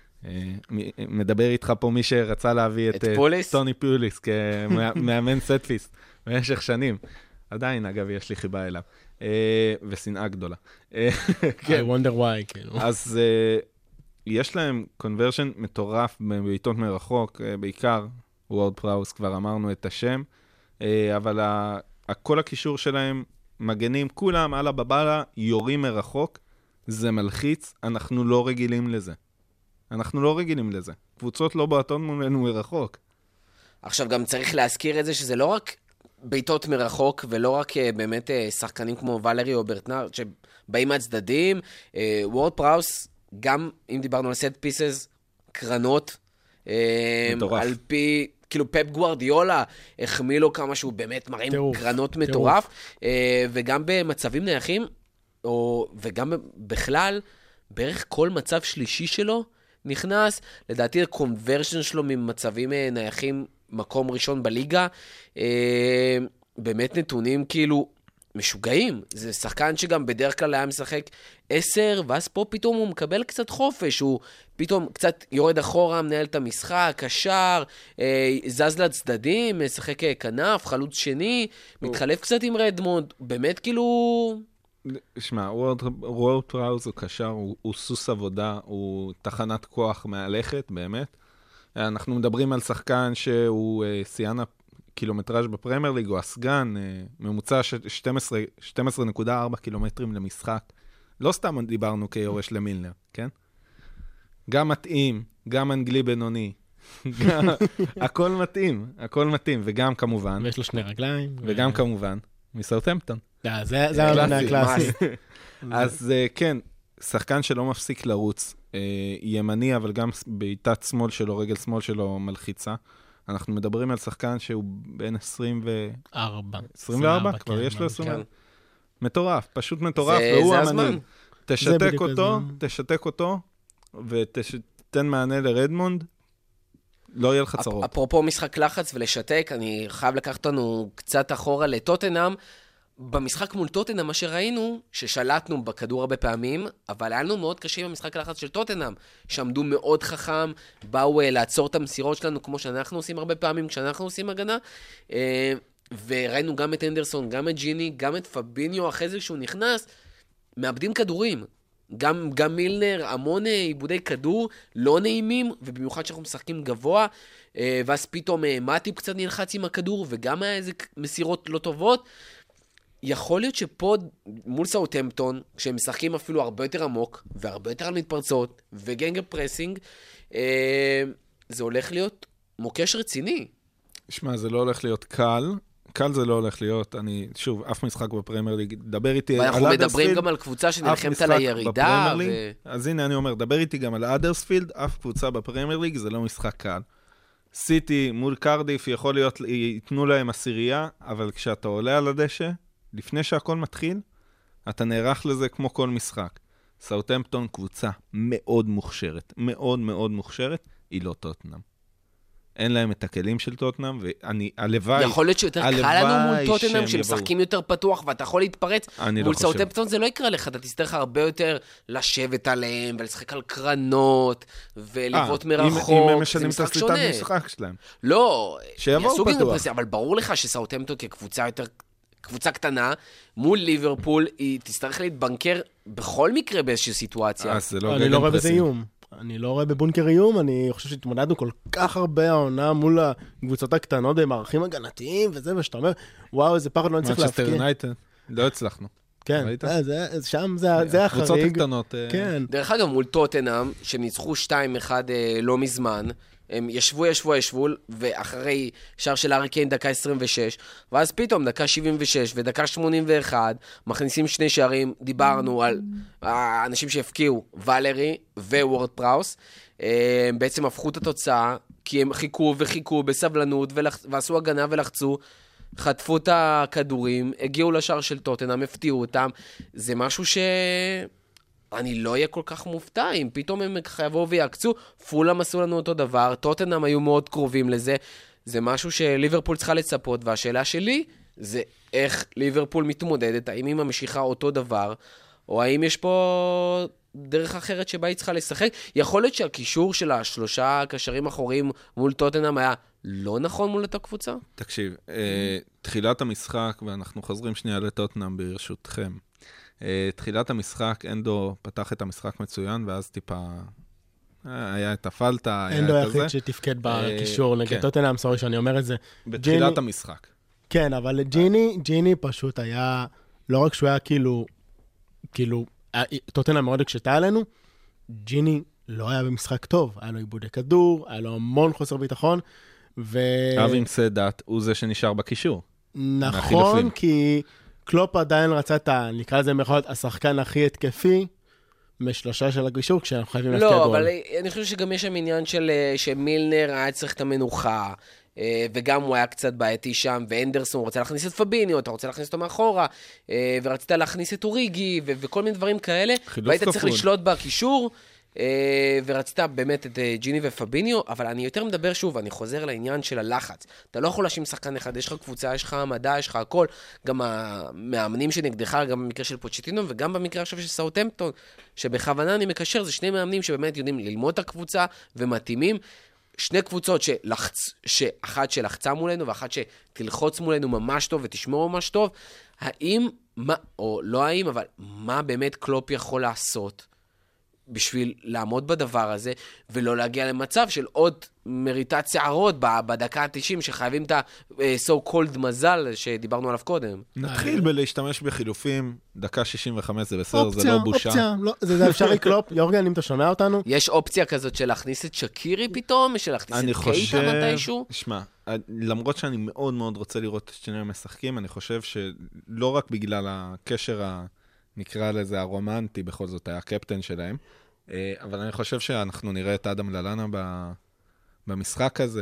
מדבר איתך פה מי שרצה להביא את טוני פוליס כמאמן סט פיס במשך שנים. עדיין, אגב, יש לי חיבה אליו. ושנאה גדולה. I wonder why. אז יש להם קונברשן מטורף בעיתות מרחוק, בעיקר וורד פראוס, כבר אמרנו את השם, אבל כל הקישור שלהם מגנים, כולם על הבבלה, יורים מרחוק, זה מלחיץ, אנחנו לא רגילים לזה. אנחנו לא רגילים לזה. קבוצות לא בעטות מולנו מרחוק. עכשיו גם צריך להזכיר את זה שזה לא רק בעיטות מרחוק, ולא רק באמת שחקנים כמו ולרי או ברטנר, שבאים מהצדדים. וורד פראוס, גם אם דיברנו על סט פיסס, קרנות, מטורף. על פי... כאילו פפ גוארדיולה החמיא לו כמה שהוא באמת מראים קרנות מטורף, וגם במצבים נייחים, וגם בכלל, בערך כל מצב שלישי שלו נכנס, לדעתי הקונברשן שלו ממצבים נייחים מקום ראשון בליגה, באמת נתונים כאילו משוגעים. זה שחקן שגם בדרך כלל היה משחק 10, ואז פה פתאום הוא מקבל קצת חופש, הוא פתאום קצת יורד אחורה, מנהל את המשחק, קשר, זז לצדדים, משחק כנף, חלוץ שני, מתחלף קצת עם רדמונד, באמת כאילו... שמע, וורד פראוס הוא קשר, הוא סוס עבודה, הוא תחנת כוח מהלכת, באמת. אנחנו מדברים על שחקן שהוא שיאן קילומטראז' בפרמייר ליג, הוא הסגן, ממוצע 12.4 קילומטרים למשחק. לא סתם דיברנו כיורש למילנר, כן? גם מתאים, גם אנגלי בינוני. הכל מתאים, הכל מתאים, וגם כמובן... ויש לו 2 רגליים. וגם כמובן, מסאות'המפטון. זה המאמן הקלאסי. אז כן, שחקן שלא מפסיק לרוץ, ימני, אבל גם בעיטת שמאל שלו, רגל שמאל שלו מלחיצה. אנחנו מדברים על שחקן שהוא בין 24? כבר יש לו 24? מטורף, פשוט מטורף, והוא המנהיג. תשתק אותו, ותתן מענה לרדמונד, לא יהיה לך צרות. אפרופו משחק לחץ ולשתק, אני חייב לקחת אותנו קצת אחורה לטוטנהאם. במשחק מול טוטנהאם, מה שראינו, ששלטנו בכדור הרבה פעמים, אבל היה לנו מאוד קשה במשחק לחץ של טוטנהאם, שעמדו מאוד חכם, באו לעצור את המסירות שלנו, כמו שאנחנו עושים הרבה פעמים, כשאנחנו עושים הגנה, וראינו גם את אנדרסון, גם את ג'יני, גם את פביניו, אחרי זה שהוא נכנס, מאבדים כדורים. גם מילנר, המון עיבודי כדור, לא נעימים, ובמיוחד שאנחנו משחקים גבוה, ואז פתאום מאטיפ קצת נלחץ עם הכדור, וגם היה איזה מסירות לא טובות. יכול להיות שפה מול סאות'המפטון, כשהם משחקים אפילו הרבה יותר עמוק, והרבה יותר על מתפרצות, וגנגר פרסינג, זה הולך להיות מוקש רציני. שמע, זה לא הולך להיות קל. קל זה לא הולך להיות, שוב, אף משחק בפרמייר ליג, דבר איתי על ואנחנו מדברים גם על קבוצה שנלחמת על הירידה. אז הנה אני אומר, דבר איתי גם על אדרספילד, אף קבוצה בפרמייר ליג, זה לא משחק קל. סיטי מול קרדיף יכול להיות, ייתנו להם עשירייה, אבל כשאתה עולה על הדשא, לפני שהכל מתחיל, אתה נערך לזה כמו כל משחק. סאות'המפטון קבוצה מאוד מוכשרת, מאוד מאוד מוכשרת, היא לא טוטנהאם. אין להם את הכלים של טוטנהאם, ואני, הלוואי... יכול להיות שיותר קל לנו מול טוטנהאם, שמשחקים יותר פתוח, ואתה יכול להתפרץ. מול סאות'המפטון זה לא יקרה לך, אתה תצטרך הרבה יותר לשבת עליהם, ולשחק על קרנות, ולבעוט מרחוק. אם הם משנים את הסליטת משחק שלהם. לא, שיבואו פתוח. אבל ברור לך שסאות'המפטון כקבוצה יותר... קבוצה קטנה, מול ליברפול, היא תצטרך להתבנקר בכל מקרה באיזושהי סיטואציה. אני לא רואה בזה איום. אני לא רואה בבונקר איום, אני חושב שהתמודדנו כל כך הרבה העונה מול הקבוצות הקטנות, עם מערכים הגנתיים וזה, ושאתה אומר, וואו, איזה פחד לא נצטרך להפקיע. מנצ'סטר יונייטד, לא הצלחנו. כן, שם זה החריג. קבוצות הקטנות. כן. דרך אגב, מול טוטנהאם, שניצחו 2-1 לא מזמן, הם ישבו, ואחרי שער של הארי קיין דקה 26, ואז פתאום דקה 76 ודקה 81, מכניסים שני שערים, דיברנו על האנשים שהפקיעו, ולרי וורד פראוס, בעצם הפכו את התוצאה, כי הם חיכו בסבלנות, ועשו הגנה ולחצו, חטפו את הכדורים, הגיעו לשער של טוטנהאם, הפתיעו אותם, זה משהו אני לא אהיה כל כך מופתע, אם פתאום הם יבואו ויקצו, פולאם עשו לנו אותו דבר, טוטנהאם היו מאוד קרובים לזה, זה משהו שליברפול צריכה לצפות, והשאלה שלי זה איך ליברפול מתמודדת, האם היא ממשיכה אותו דבר, או האם יש פה דרך אחרת שבה היא צריכה לשחק. יכול להיות שהקישור של השלושה קשרים אחוריים מול טוטנהאם היה לא נכון מול אותה קבוצה? תקשיב, תחילת המשחק, ואנחנו חוזרים שנייה לטוטנהאם ברשותכם, תחילת המשחק, אנדו פתח את המשחק מצוין, ואז טיפה היה את הפלטה, אנדו היחיד שתפקד בקישור נגד טוטנהאם, סורי שאני אומר את זה. בתחילת המשחק. כן, אבל ג'יני פשוט היה, לא רק שהוא היה כאילו, טוטנהאם מאוד הקשתה עלינו, ג'יני לא היה במשחק טוב, היה לו עיבודי כדור, היה לו המון חוסר ביטחון, אבים סדאת הוא זה שנשאר בקישור. נכון, כי קלופ עדיין רצה נקרא לזה מיוחד, השחקן הכי התקפי, משלושה של הקישור, כשאנחנו חייבים להפקיע גול. לא, אבל אני חושב שגם יש שם עניין שמילנר היה צריך את המנוחה, וגם הוא היה קצת בעייתי שם, ואנדרסון רוצה להכניס את פביניו, אתה רוצה להכניס אותו מאחורה, ורצית להכניס את אוריגי, וכל מיני דברים כאלה, והיית צריך לשלוט בקישור, ורצית באמת את ג'יני ופביניו, אבל אני יותר מדבר שוב, אני חוזר לעניין של הלחץ. אתה לא יכול להשים שחקן אחד, יש לך קבוצה, יש לך מדע, יש לך הכל, גם המאמנים שנגדך, גם במקרה של פוצ'טינו, וגם במקרה עכשיו של סאות'המפטון, שבכוונה אני מקשר, זה שני מאמנים שבאמת יודעים ללמוד את הקבוצה ומתאימים, שני קבוצות שאחת שלחצה מולנו, ואחת שתלחוץ מולנו ממש טוב ותשמור ממש טוב, או לא האם, אבל מה באמת קלופ יכול לעשות בשביל לעמוד בדבר הזה, ולא להגיע למצב של עוד מריטת שערות בדקה ה-90, שחייבים את ה-so called מזל שדיברנו עליו קודם. נתחיל בלהשתמש בחילופים, דקה 65 זה בסדר, זה לא בושה. אופציה, זה אפשרי קלופ, יורגן, אם אתה שומע אותנו. יש אופציה כזאת של להכניס את שקירי פתאום, של להכניס את קייטה מתישהו? שמע, למרות שאני מאוד מאוד רוצה לראות את שניהם משחקים, אני חושב שלא רק בגלל הקשר נקרא לזה הרומנטי, בכל זאת היה הקפטן שלהם, אבל אני חושב שאנחנו נראה את אדם ללנה במשחק הזה.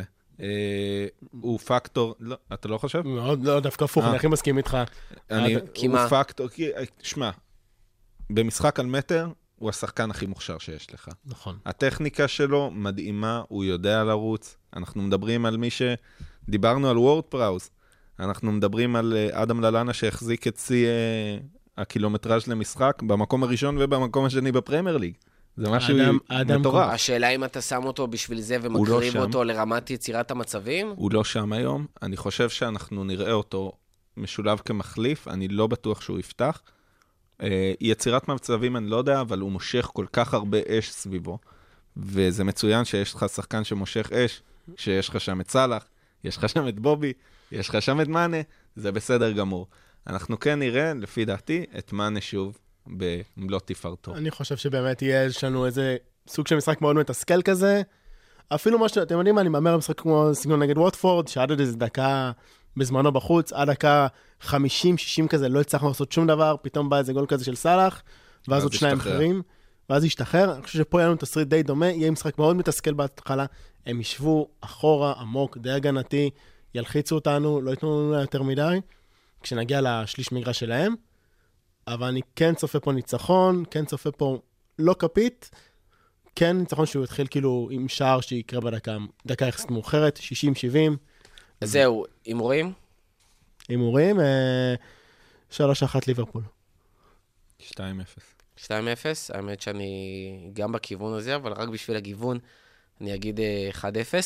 הוא פקטור, לא, אתה לא חושב? לא, דווקא הפוך, אני הכי מסכים איתך. הוא פקטור, שמע, במשחק על מטר, הוא השחקן הכי מוכשר שיש לך. נכון. הטכניקה שלו מדהימה, הוא יודע לרוץ. אנחנו מדברים על מי דיברנו על וורד פראוס. אנחנו מדברים על אדם ללנה שהחזיק את שיא הקילומטראז' למשחק במקום הראשון ובמקום השני בפרמייר ליג. זה משהו מטורף. השאלה אם אתה שם אותו בשביל זה ומקריב אותו לרמת יצירת המצבים? הוא לא שם היום. אני חושב שאנחנו נראה אותו משולב כמחליף. אני לא בטוח שהוא יפתח. יצירת מצבים אני לא יודע, אבל הוא מושך כל כך הרבה אש סביבו. וזה מצוין שיש לך שחקן שמושך אש, שיש לך שם את סלאח, יש לך שם את בובי, יש לך שם את מאנה, זה בסדר גמור. אנחנו כן נראה, לפי דעתי, את מאנה שוב במלוא תפארתו. אני חושב שבאמת יהיה לנו איזה סוג של משחק מאוד מתסכל כזה. אפילו מה שאתם יודעים, אני מאמר משחק כמו סגנון נגד ווטפורד, שעד עוד איזה דקה בזמנו בחוץ, עד דקה 50-60 כזה, לא הצלחנו לעשות שום דבר, פתאום בא איזה גול כזה של סלאח, ואז עוד שניים אחרים, ואז ישתחרר. אני חושב שפה יהיה לנו תסריט די דומה, יהיה משחק מאוד מתסכל בהתחלה, הם ישבו אחורה, עמוק, די הגנתי, ילחיצו אותנו, לא ייתנו לנו יותר מדי, כשנגיע לשליש מגרש שלהם, אבל אני כן צופה פה ניצחון, כן צופה פה לא כפית, כן ניצחון שהוא יתחיל כאילו עם שער שיקרה בדקה יחסית מאוחרת, 60-70. זהו, הימורים? הימורים, 3-1 ליברפול. 2-0. 2-0, האמת שאני גם בכיוון הזה, אבל רק בשביל הגיוון אני אגיד 1-0,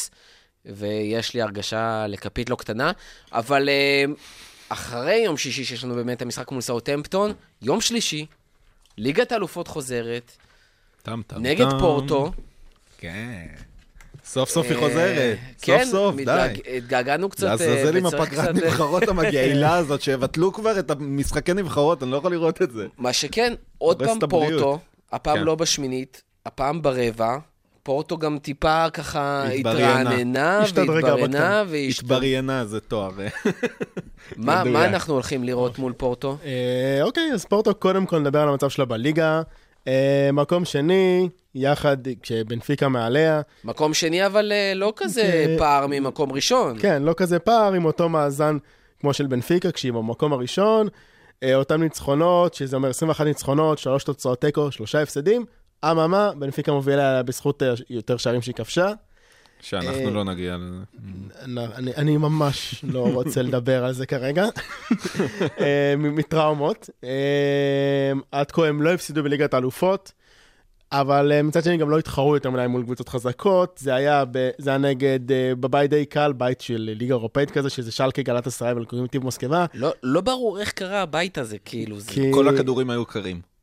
ויש לי הרגשה לכפית לא קטנה, אבל אחרי יום שישי שיש לנו באמת המשחק מול סאות'המפטון, יום שלישי, ליגת האלופות חוזרת, נגד פורטו. כן. סוף סוף היא חוזרת. כן, סוף סוף, די. התגעגענו קצת. לעזאזל עם הפגרת נבחרות המגעילה הזאת, שהבטלו כבר את המשחקי נבחרות, אני לא יכול לראות את זה. מה שכן, עוד פעם פורטו, הפעם לא בשמינית, הפעם ברבע, פורטו גם טיפה ככה התרעננה והתברנה. התבריינה, זה תואר. מה אנחנו הולכים לראות מול פורטו? אוקיי, אז פורטו קודם כל נדבר על המצב שלה בליגה. מקום שני, יחד כשבנפיקה מעליה. מקום שני, אבל לא כזה פער ממקום ראשון. כן, לא כזה פער עם אותו מאזן כמו של בנפיקה, כשהיא במקום הראשון. אותם ניצחונות, שזה אומר 21 ניצחונות, 3 תוצאות תיקו, 3 הפסדים. אממה, בנפיקה מובילה בזכות יותר שערים שהיא כבשה. שאנחנו לא נגיע לזה. אני ממש לא רוצה לדבר על זה כרגע. מטראומות. עד כה הם לא הפסידו בליגת האלופות, אבל מצד שני גם לא התחרו יותר מדי מול קבוצות חזקות. זה היה נגד, בבית די קל, בית של ליגה אירופאית כזה, שזה שלקה גלאטסראי ולוקומיטיב מוסקבה. לא ברור איך קרה הבית הזה, כאילו. כל הכדורים היו קרים.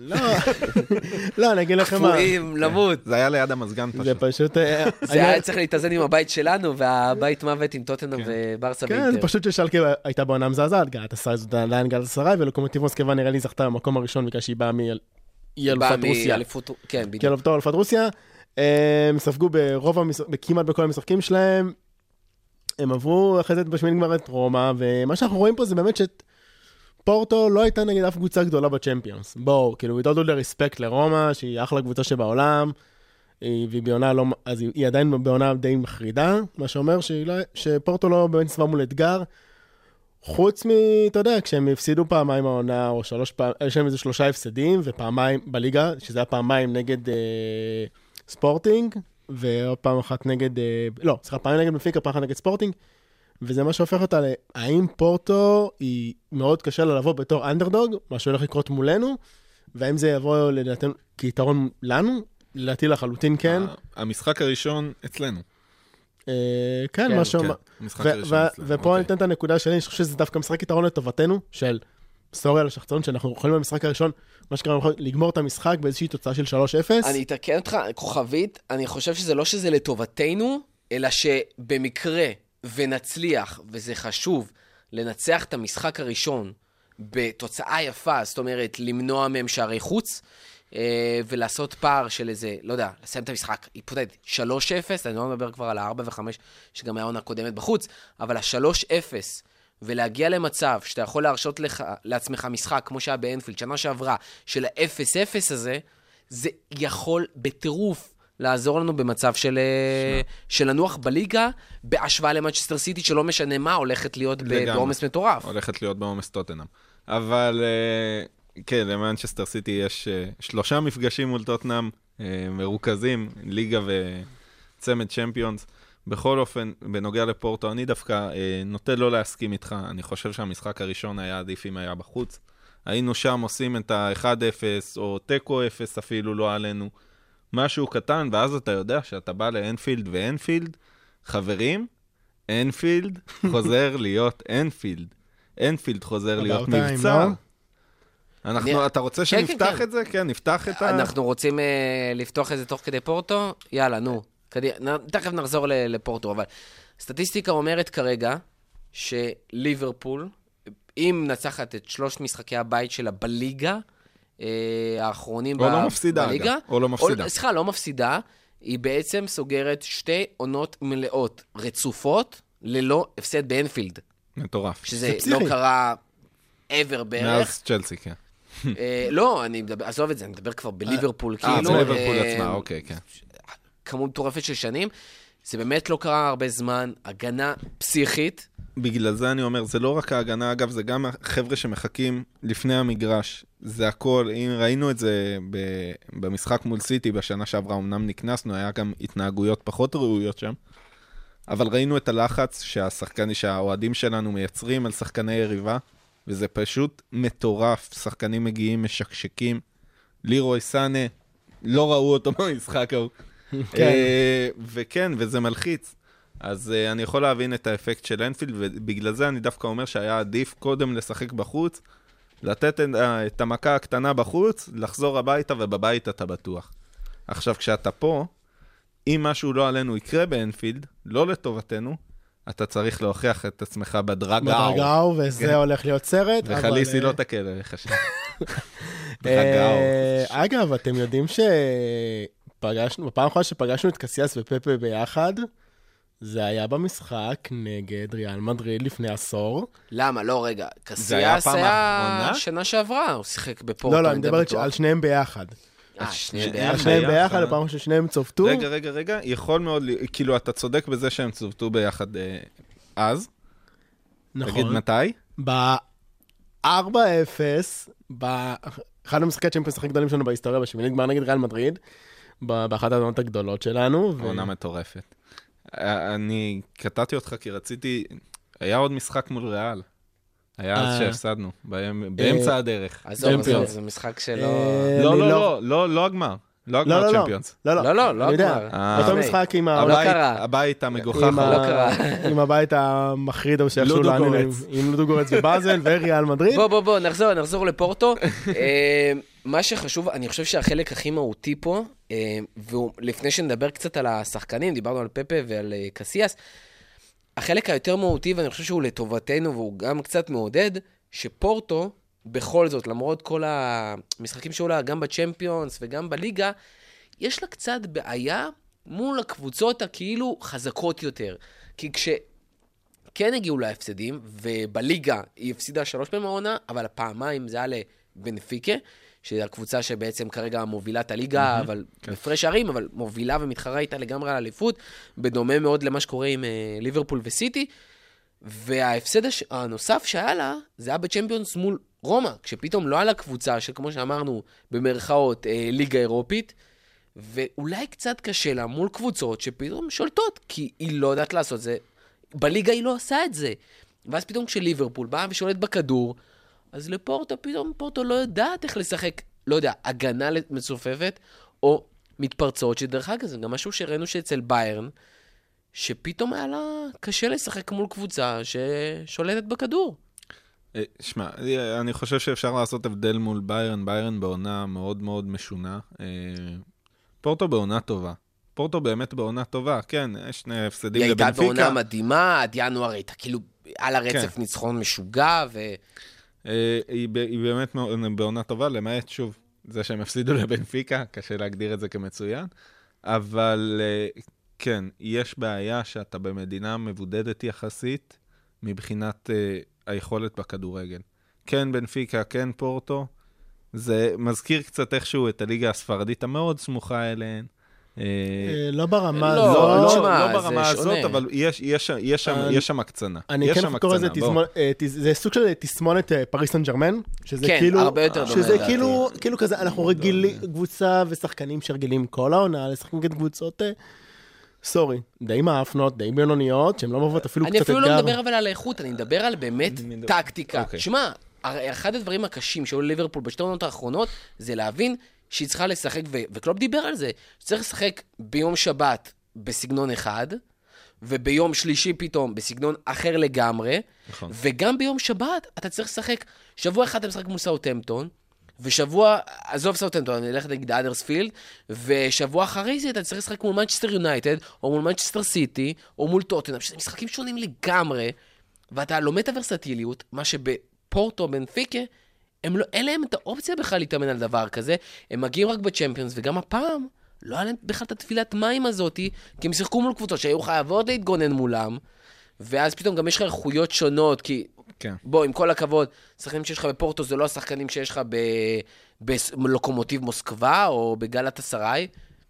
לא, אני אגיד לכם מה. קפואים, למות. זה היה ליד המזגן פשוט. זה פשוט... זה היה צריך להתאזן עם הבית שלנו, והבית מוות עם טוטנהאם וברסה באינטר. כן, זה פשוט ששלקה הייתה בעונה מזעזעת, גלאטסראי זאת עדיין גלאטסראי, ולוקומיטיב מוסקבה נראה לי זכתה במקום הראשון, בגלל שהיא באה מאלופת רוסיה. כן, בדיוק. אלופת רוסיה. הם ספגו כמעט בכל המשחקים שלהם. הם עברו אחרי זה בשמינית גמר את רומא, ומה שאנחנו רואים פה זה באמת פורטו לא הייתה נגד אף קבוצה גדולה בצ'מפיונס. בואו, כאילו, with all the respect לרומא, שהיא אחלה קבוצה שבעולם, והיא בעונה לא, אז היא עדיין בעונה די מחרידה, מה שאומר שפורטו לא באמת ניצבה מול אתגר, חוץ אתה יודע, כשהם הפסידו פעמיים העונה, או 3 פעמים, יש להם איזה 3 הפסדים, ופעמיים בליגה, שזה היה פעמיים נגד ספורטינג, ועוד פעם אחת נגד, פעמיים נגד בנפיקה, פעם אחת נגד ספורטינג, וזה מה שהופך אותה האם פורטו היא מאוד קשה לה לבוא בתור אנדרדוג, מה שהולך לקרות מולנו, והאם זה יבוא לדעתנו כיתרון לנו, לדעתי לחלוטין כן. המשחק הראשון אצלנו. כן, משהו. ופה אני אתן את הנקודה שלי, אני חושב שזה דווקא משחק יתרון לטובתנו, של סוריה לשחצון, שאנחנו יכולים במשחק הראשון, מה שקרה, לגמור את המשחק באיזושהי תוצאה של 3-0. אני אתקן אותך, כוכבית, אני חושב שזה לא שזה לטובתנו, אלא שבמקרה ונצליח, וזה חשוב, לנצח את המשחק הראשון בתוצאה יפה, זאת אומרת, למנוע מהם שערי חוץ, ולעשות פער של איזה, לא יודע, לסיים את המשחק, היפותטית, 3-0, אני לא מדבר כבר על ה-4 ו-5, שגם היה עונה קודמת בחוץ, אבל ה-3-0, ולהגיע למצב שאתה יכול להרשות לעצמך משחק, כמו שהיה באנפילד, שנה שעברה, של ה-0-0 הזה, זה יכול בטירוף לעזור לנו במצב של לנוח בליגה, בהשוואה למנצ'סטר סיטי, שלא משנה מה, הולכת להיות בעומס מטורף. הולכת להיות בעומס טוטנהאם. אבל כן, למנצ'סטר סיטי יש 3 מפגשים מול טוטנהאם, מרוכזים, ליגה וצמד צ'מפיונס. בכל אופן, בנוגע לפורטו, אני דווקא נוטה לא להסכים איתך. אני חושב שהמשחק הראשון היה עדיף אם היה בחוץ. היינו שם עושים את ה-1-0 או טקו 0 אפילו, לא עלינו. משהו קטן, ואז אתה יודע שאתה בא לאנפילד ואנפילד, חברים, אנפילד חוזר להיות אנפילד. אנפילד חוזר להיות מבצר. אתה רוצה שנפתח את זה? כן, נפתח את ה... אנחנו רוצים לפתוח את זה תוך כדי פורטו? יאללה, נו. תכף נחזור לפורטו, אבל סטטיסטיקה אומרת כרגע שליברפול, אם נצחת את 3 משחקי הבית שלה בליגה, האחרונים או לא מפסידה, בליגה, או לא מפסידה. סליחה, לא מפסידה, היא בעצם סוגרת 2 עונות מלאות רצופות, ללא הפסד באנפילד. מטורף. שזה לא קרה ever בערך. מאז צ'לסי, כן. לא, עזוב את זה, אני מדבר כבר בליברפול, כאילו. בליברפול עצמה, אוקיי, כן. כמות מטורפת של שנים, זה באמת לא קרה הרבה זמן, הגנה פסיכית. בגלל זה אני אומר, זה לא רק ההגנה, אגב, זה גם החבר'ה שמחכים לפני המגרש, זה הכל, אם ראינו את זה במשחק מול סיטי, בשנה שעברה אמנם נקנסנו, היה גם התנהגויות פחות ראויות שם, אבל ראינו את הלחץ שהאוהדים שלנו מייצרים על שחקני יריבה, וזה פשוט מטורף, שחקנים מגיעים, משקשקים, לירוי סאנה, לא ראו אותו במשחק ההוא. וכן, וזה מלחיץ. אז אני יכול להבין את האפקט של אנפילד, ובגלל זה אני דווקא אומר שהיה עדיף קודם לשחק בחוץ, לתת את המכה הקטנה בחוץ, לחזור הביתה, ובבית אתה בטוח. עכשיו, כשאתה פה, אם משהו לא עלינו יקרה באנפילד, לא לטובתנו, אתה צריך להוכיח את עצמך בדרגאו. בדרגאו, וזה הולך להיות סרט. וחליסי לא תקל עליך שם. אגב, אתם יודעים בפעם האחרונה שפגשנו את קסיאס ופפה ביחד, זה היה במשחק נגד ריאל מדריד לפני עשור. למה? לא, רגע. קסיאס היה שנה שעברה, הוא שיחק בפורטו. לא, אני מדבר על שניהם ביחד. שניהם ביחד, לפעם ששניהם צובטו. רגע, יכול מאוד, כאילו אתה צודק בזה שהם צובטו ביחד אז. נכון. תגיד מתי? ב-4-0, באחד המשחקי צ'מפיונס הכי גדולים שלנו בהיסטוריה, בשמינית גמר נגד ריאל מדריד, באחת העונות הגדולות שלנו. עונה מטורפת. אני קטעתי אותך כי רציתי, היה עוד משחק מול ריאל. היה אז שהפסדנו, באמצע הדרך. עזוב, זה משחק שלא... לא הגמר. לא הגמר צ'מפיונס. לא הגמר. אותו משחק עם הבית המגוחך. לא קרה. עם הבית המחריד, או שאיכשהו עם לודוגורץ ובאזל וריאל מדריד. בוא, נחזור לפורטו. מה שחשוב, אני חושב שהחלק הכי מהותי פה, ולפני שנדבר קצת על השחקנים, דיברנו על פפה ועל קסיאס, החלק היותר מהותי, ואני חושב שהוא לטובתנו, והוא גם קצת מעודד, שפורטו, בכל זאת, למרות כל המשחקים שהיו לה, גם בצ'מפיונס וגם בליגה, יש לה קצת בעיה מול הקבוצות הכאילו חזקות יותר. כי כשכן הגיעו לה הפסדים, ובליגה היא הפסידה 3 פעמים העונה, אבל הפעמיים זה היה לבנפיקה, שהיא הקבוצה שבעצם כרגע מובילה את הליגה, אבל בפרש שערים, אבל מובילה ומתחרה איתה לגמרי על אליפות, בדומה מאוד למה שקורה עם ליברפול וסיטי, וההפסד הנוסף שהיה לה, זה היה בצ'מפיונס מול רומא, כשפתאום לא היה לה קבוצה שכמו שאמרנו, במרכאות ליגה אירופית, ואולי קצת קשה לה מול קבוצות שפתאום שולטות, כי היא לא יודעת לעשות זה, בליגה היא לא עושה את זה. ואז פתאום כשליברפול באה ושולט בכדור, אז לפורטו, פתאום פורטו לא יודעת איך לשחק, לא יודע, הגנה מצופפת, או מתפרצות, שדרך אגב, זה גם משהו שראינו שאצל ביירן, שפתאום היה לה קשה לשחק מול קבוצה ששולטת בכדור. שמע, אני חושב שאפשר לעשות הבדל מול ביירן בעונה מאוד מאוד משונה. פורטו בעונה טובה. פורטו באמת בעונה טובה, כן, יש שני הפסדים לבנפיקה. היא הייתה בעונה מדהימה, עד ינואר הייתה כאילו על הרצף ניצחון משוגע, היא באמת בעונה טובה, למעט שוב, זה שהם הפסידו לבנפיקה, קשה להגדיר את זה כמצוין, אבל כן, יש בעיה שאתה במדינה מבודדת יחסית, מבחינת היכולת בכדורגל. כן בנפיקה, כן פורטו, זה מזכיר קצת איכשהו את הליגה הספרדית המאוד סמוכה אליהן, לא ברמה לא, הזאת. לא תשמע, ברמה זה הזאת, שונה. אבל יש שם הקצנה. אני כן קורא לזה זה סוג של תסמונת פריס סן ז'רמן, שזה כן, כאילו, הרבה יותר דומה, שזה לדעתי. כאילו כזה, אנחנו רגילים, קבוצה ושחקנים שרגילים כל העונה, לשחקים נגד קבוצות, סורי, די מאפנות, די בינוניות, שהן לא מביאות אפילו אני קצת אפילו לא אתגר. מדבר אבל על האיכות, אני מדבר על באמת טקטיקה. אוקיי. שמע, אחד הדברים הקשים שהיו לליברפול בשתי העונות האחרונות, זה להבין שהיא צריכה לשחק, וקלופ דיבר על זה, שצריך לשחק ביום שבת בסגנון אחד, וביום שלישי פתאום בסגנון אחר לגמרי, נכון. וגם ביום שבת אתה צריך לשחק, שבוע אחד אתה משחק מול סאוטהמפטון, ושבוע, עזוב סאוטהמפטון, אני אלך נגיד אדרספילד, ושבוע אחרי זה אתה צריך לשחק מול מנצ'סטר יונייטד, או מול מנצ'סטר סיטי, או מול טוטנהאם, שזה משחקים שונים לגמרי, ואתה לומד את הוורסטיליות, מה שבפורטו, בנפיקה, אין להם את האופציה בכלל להתאמן על דבר כזה, הם מגיעים רק בצ'מפיונס, וגם הפעם לא היה להם בכלל את התפילת מים הזאת, כי הם שיחקו מול קבוצות שהיו חייבות להתגונן מולם, ואז פתאום גם יש לך איכויות שונות, כי כן. בוא, עם כל הכבוד, שחקנים שיש לך בפורטו זה לא השחקנים שיש לך בלוקומוטיב מוסקבה, או בגלת הסראי,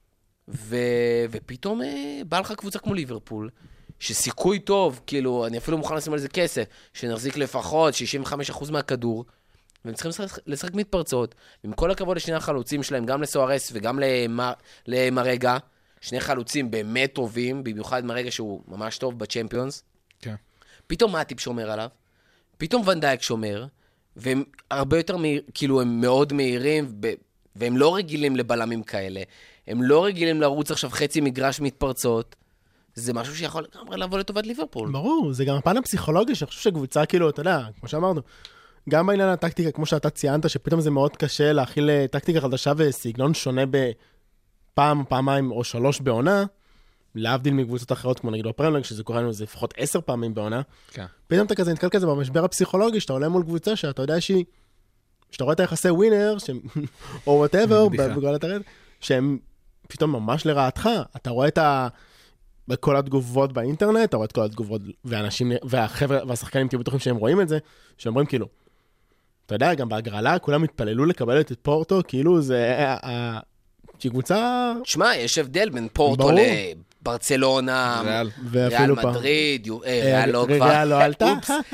ופתאום בא לך קבוצה כמו ליברפול, שסיכוי טוב, כאילו, אני אפילו מוכן לשים על זה כסף, שנחזיק לפחות 65% מהכדור, והם צריכים לשחק מתפרצות, ועם כל הכבוד לשני החלוצים שלהם, גם לסוארס וגם למרגע, שני חלוצים באמת טובים, במיוחד מרגע שהוא ממש טוב בצ'מפיונס. כן. פתאום מאטיפ שומר עליו, פתאום ונדייק שומר, והם הרבה יותר כאילו הם מאוד מהירים, והם לא רגילים לבלמים כאלה. הם לא רגילים לרוץ עכשיו חצי מגרש מתפרצות. זה משהו שיכול לגמרי לבוא לטובת ליברפול. ברור, זה גם הפן הפסיכולוגי, שאני חושב שקבוצה כאילו, אתה יודע, כמו שאמרנו, גם בעניין הטקטיקה, כמו שאתה ציינת, שפתאום זה מאוד קשה להכיל טקטיקה חדשה וסגנון שונה בפעם, פעמיים או 3 בעונה, להבדיל מקבוצות אחרות, כמו נגיד בפרמייר ליג, שזה קורה לנו, זה לפחות 10 פעמים בעונה. כן. פתאום אתה כזה נתקל כזה במשבר הפסיכולוגי, שאתה עולה מול קבוצה, שאתה יודע שאתה רואה את היחסי ווינר, או whatever, בגולת הרד, שהם פתאום ממש לרעתך. אתה רואה בכל התגובות באינטרנט, אתה רואה את כל התגובות, ואנשים, והחבר'ה, והשחקנים תהיו בטוחים שהם רואים את זה, שאומרים כאילו, אתה יודע, גם בהגרלה, כולם התפללו לקבל את פורטו, כאילו זה, שקבוצה... תשמע, יש הבדל בין פורטו לברצלונה, ריאל מדריד, ריאל לא כבר, ריאל לא עלתה,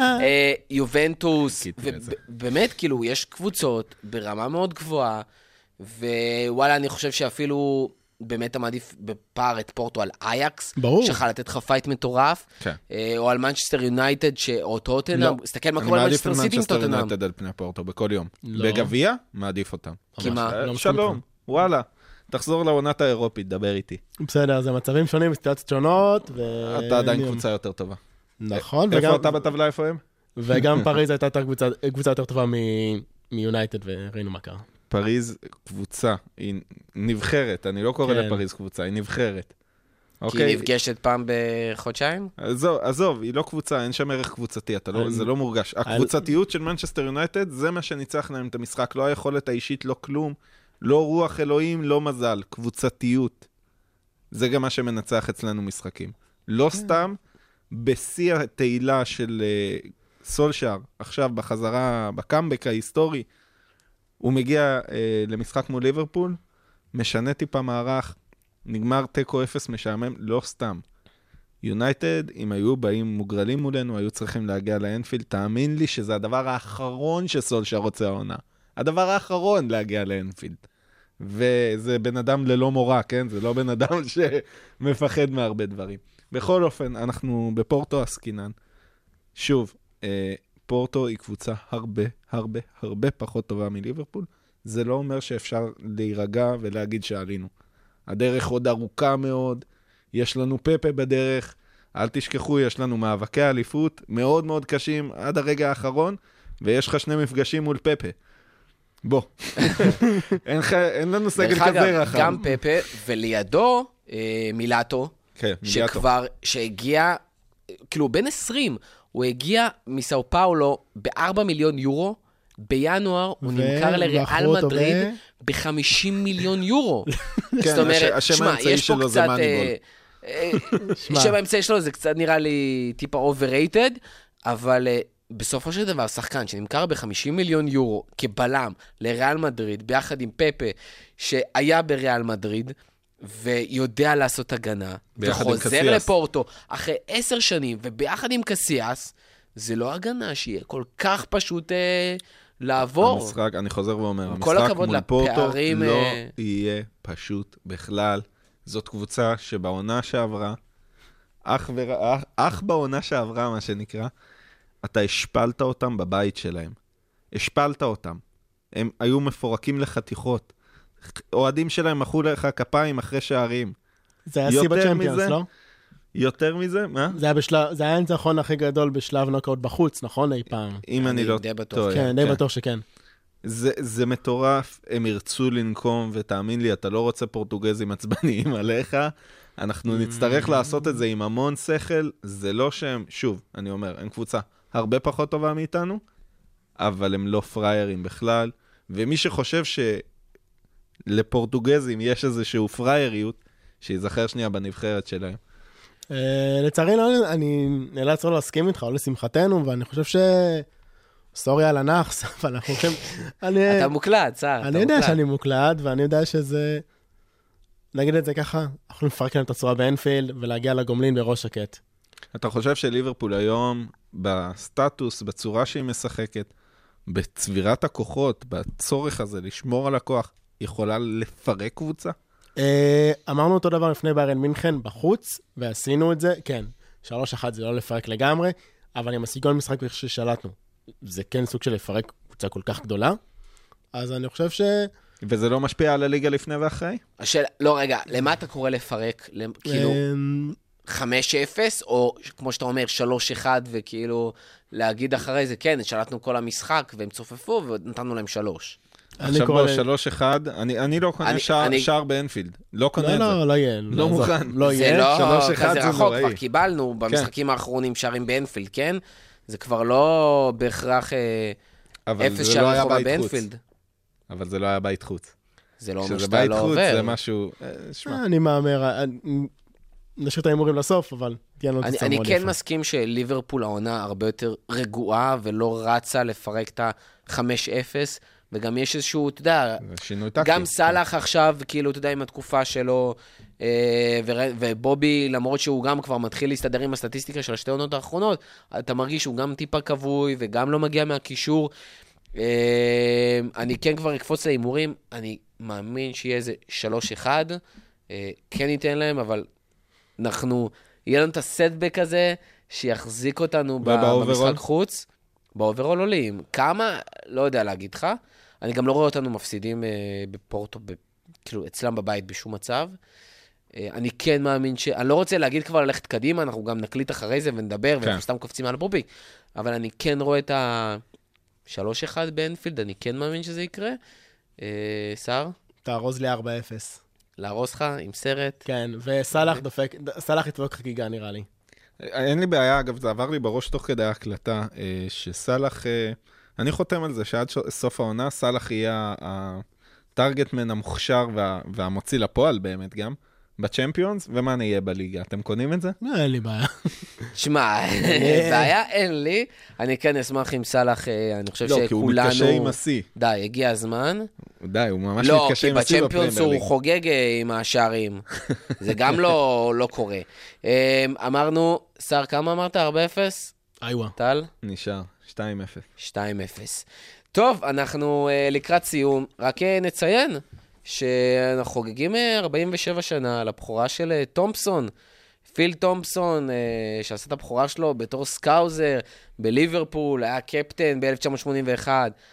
יובנטוס, באמת, כאילו, יש קבוצות ברמה מאוד גבוהה, ווואלה, אני חושב שאפילו... באמת המעדיף בפער את פורטו על אייקס, שיכל לתת לך פייט מטורף, או על מנצ'סטר יונייטד, או טוטנהאם, תסתכל מה קורה על מנצ'סטר סיטי עם טוטנהאם. אני מעדיף את מנצ'סטר יונייטד על פני פורטו בכל יום. בגביע, מעדיף אותם. כי מה? שלום, וואלה. תחזור לעונת האירופית, דבר איתי. בסדר, זה מצבים שונים, סיטואציות שונות. אתה עדיין קבוצה יותר טובה. נכון. איפה אתה בטבלה, איפה הם? וגם פריז הייתה קבוצה יותר טובה מיונייטד, וראינו מה קרה. פריז קבוצה, היא נבחרת, אני לא קורא לפריז קבוצה, היא נבחרת. כי היא נפגשת פעם בחודשיים? עזוב, היא לא קבוצה, אין שם ערך קבוצתי, זה לא מורגש. הקבוצתיות של מנצ'סטר יונייטד, זה מה שניצח להם את המשחק, לא היכולת האישית, לא כלום, לא רוח אלוהים, לא מזל, קבוצתיות. זה גם מה שמנצח אצלנו משחקים. לא סתם, בשיא התהילה של סולשאר, עכשיו בחזרה, בקאמבק ההיסטורי, הוא מגיע למשחק מול ליברפול, משנה טיפה מערך, נגמר טקו 0 משעמם, לא סתם. יונייטד, אם היו באים מוגרלים מולנו, היו צריכים להגיע לאנפילד, תאמין לי שזה הדבר האחרון שסולשאר רוצה העונה. הדבר האחרון להגיע לאנפילד. וזה בן אדם ללא מורה, כן? זה לא בן אדם שמפחד מהרבה דברים. בכל אופן, אנחנו בפורטו עסקינן. שוב, פורטו היא קבוצה הרבה פחות טובה מליברפול. זה לא אומר שאפשר להירגע ולהגיד שעלינו. הדרך עוד ארוכה מאוד, יש לנו פפה בדרך, אל תשכחו, יש לנו מאבקי אליפות מאוד מאוד קשים עד הרגע האחרון, ויש לך 2 מפגשים מול פפה. בוא. אין לנו סגל כזה רחב. גם פפה, ולידו מילאטו, שכבר, שהגיע, כאילו בין 20, הוא הגיע מסאו פאולו ב4 מיליון יורו, בינואר הוא נמכר לריאל מדריד ב50 מיליון יורו. זאת אומרת, שמע, יש פה קצת... שם האמצעי שלו זה קצת נראה לי טיפה overrated, אבל בסופו של דבר, שחקן שנמכר ב50 מיליון יורו כבלם לריאל מדריד, ביחד עם פפה, שהיה בריאל מדריד, ויודע לעשות הגנה, ביחד עם וחוזר קסיאס. לפורטו אחרי 10 שנים, וביחד עם קסיאס, זה לא הגנה שיהיה כל כך פשוט לעבור. המשחק, אני חוזר ואומר, כל המשחק הכבוד מול פורטו לפערים, לא יהיה פשוט בכלל. זאת קבוצה שבעונה שעברה, אך בעונה שעברה, מה שנקרא, אתה השפלת אותם בבית שלהם. השפלת אותם. הם היו מפורקים לחתיכות. אוהדים שלהם מחאו לך כפיים אחרי שערים. זה היה שיא בצ'מפיונס, לא? יותר מזה? מה? זה היה הניצחון הכי גדול בשלב נוקאוט בחוץ, נכון? אי פעם. אם אני לא די בטוח. טועה. כן, די בטוח שכן. זה מטורף, הם ירצו לנקום, ותאמין לי, אתה לא רוצה פורטוגזים עצבניים עליך, אנחנו נצטרך לעשות את זה עם המון שכל, זה לא שהם, שוב, אני אומר, הם קבוצה הרבה פחות טובה מאיתנו, אבל הם לא פריירים בכלל, ומי שחושב שלפורטוגזים יש איזשהו פרייריות, שיזכר שנייה בנבחרת שלהם. לצערי, אני נאלץ לא להסכים איתך, או לשמחתנו, ואני חושב סורי על הנאחס, אבל אנחנו הולכים... אתה מוקלט, סער. אני יודע שאני מוקלט, ואני יודע שזה... נגיד את זה ככה, אנחנו יכולים לפרק להם את הצורה באנפילד, ולהגיע לגומלין בראש שקט. אתה חושב שליברפול היום, בסטטוס, בצורה שהיא משחקת, בצבירת הכוחות, בצורך הזה לשמור על הכוח, יכולה לפרק קבוצה? אמרנו אותו דבר לפני ביירן מינכן בחוץ, ועשינו את זה, כן, 3-1 זה לא לפרק לגמרי, אבל עם הסיגון משחק ששלטנו. זה כן סוג של לפרק קבוצה כל כך גדולה, אז אני חושב וזה לא משפיע על הליגה לפני ואחרי? לא, רגע, למה אתה קורא לפרק? כאילו 5-0, או כמו שאתה אומר, 3-1, וכאילו להגיד אחרי זה, כן, שלטנו כל המשחק, והם צופפו, ונתנו להם 3. עכשיו בו 3-1, אני לא קונה שער באנפילד. לא קונה את זה. לא יהיה. לא מוכן. לא זה יהיה. לא 3-1 כזה זה רחוק, נוראי. כבר קיבלנו בממשחקים האחרונים שערים באנפילד, כן? זה כבר לא בהכרח 0 שער חובה באנפילד. אבל זה לא היה בית חוץ. זה לא אומר שזה שאתה בית לא חוץ, עובר. זה משהו... שמע. אני מאמר, נשאיר את האימורים לסוף, אבל תהיה לנו תוצאה אני מאוד כן יפה. מסכים שליברפול העונה הרבה יותר רגועה, ולא רצה לפרק את ה-5-0, וגם יש איזשהו, אתה יודע, זה שינוי טקטי. גם סלאח עכשיו, כאילו, אתה יודע, עם התקופה שלו, ובובי, למרות שהוא גם כבר מתחיל להסתדר עם הסטטיסטיקה של השתי עונות האחרונות, אתה מרגיש שהוא גם טיפה כבוי, וגם לא מגיע מהקישור. אני כן כבר אקפוץ לאימורים, אני מאמין שיהיה איזה 3-1, כן ניתן להם, אבל יהיה לנו את הסטבק הזה, שיחזיק אותנו במשחק חוץ. באוברול עולים. כמה? לא יודע להגיד לך. אני גם לא רואה אותנו מפסידים בפורטו, כאילו אצלם בבית בשום מצב. אני כן מאמין אני לא רוצה להגיד כבר ללכת קדימה, אנחנו גם נקליט אחרי זה ונדבר, ואנחנו סתם קופצים על הפופיק. אבל אני כן רואה את ה-3-1 באנפילד, אני כן מאמין שזה יקרה. שר? תארוז לי 4-0. להרוס לך עם סרט? כן, וסלאח דופק, סלאח יתבוק חגיגה נראה לי. אין לי בעיה, אגב, זה עבר לי בראש תוך כדי ההקלטה, שסלאח, אני חותם על זה שעד סוף העונה, סלאח יהיה הטרגטמן המוכשר והמוציא לפועל באמת גם, בצ'מפיונס, ומה נהיה בליגה? אתם קונים את זה? אין לי בעיה. שמע, בעיה אין לי. אני כן אשמח עם סלאח, אני חושב שכולנו... לא, כי הוא מתקשה עם השיא. די, הגיע הזמן. די, הוא ממש מתקשה עם השיא לא, כי בפרמייר בצ'מפיונס הוא ליג. חוגג עם השערים. זה גם לא קורה. אמרנו, שר, כמה אמרת? 4-0? איווה. טל? נשאר, 2-0. 2-0. טוב, אנחנו לקראת סיום. רק נציין שאנחנו חוגגים 47 שנה לבחורה של תומפסון. פיל תומפסון, שעשה את הבחורה שלו בתור סקאוזר בליברפול, היה קפטן ב-1981.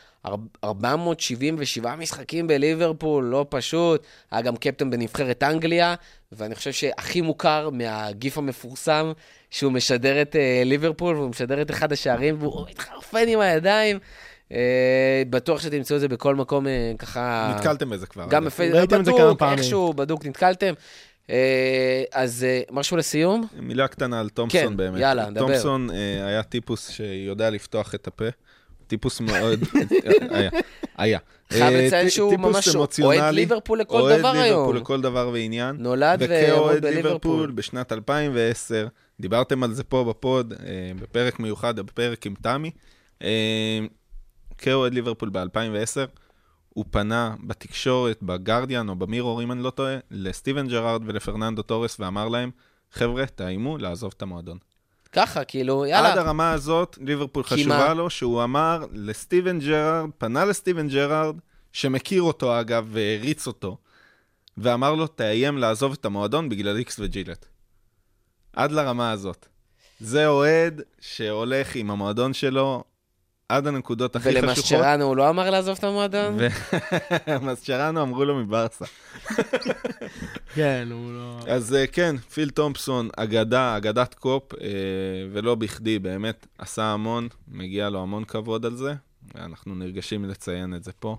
477 משחקים בליברפול, לא פשוט. היה גם קפטן בנבחרת אנגליה, ואני חושב שהכי מוכר מהגיף המפורסם, שהוא משדר את ליברפול, והוא משדר את אחד השערים, והוא מתחרפן עם הידיים. בטוח שתמצאו את זה בכל מקום ככה... נתקלתם בזה כבר. גם בדוק, איכשהו בדוק נתקלתם. אז משהו לסיום? מילה קטנה על תומפסון באמת. כן, יאללה, דבר. תומפסון היה טיפוס שיודע לפתוח את הפה. טיפוס מאוד... היה. חייב לציין שהוא ממש אוהד ליברפול לכל דבר היום. אוהד ליברפול לכל דבר ועניין. נולד וכאוהד ליברפול בשנת 2010, דיברתם על זה פה בפוד, בפרק מיוחד, בפרק עם תמי. כאוהד ליברפול ב-2010, הוא פנה בתקשורת, בגרדיאן או במירור, אם אני לא טועה, לסטיבן ג'רארד ולפרננדו טורס, ואמר להם, חבר'ה, תאימו לעזוב את המועדון. ככה, כאילו, יאללה. עד הרמה הזאת, ליברפול חשובה לו, שהוא אמר לסטיבן ג'רארד, פנה לסטיבן ג'רארד, שמכיר אותו אגב, והריץ אותו, ואמר לו, תאיים לעזוב את המועדון בגלל איקס וג'ילט. עד לרמה הזאת. זה אוהד שהולך עם המועדון שלו, עד הנקודות הכי חשוכות. ולמסצ'רנו הוא לא אמר לעזוב את המועדון? ומסצ'רנו אמרו לו מברסה. כן, הוא לא... אז כן, פיל תומפסון, אגדת קופ, ולא בכדי, באמת עשה המון, מגיע לו המון כבוד על זה, ואנחנו נרגשים לציין את זה פה.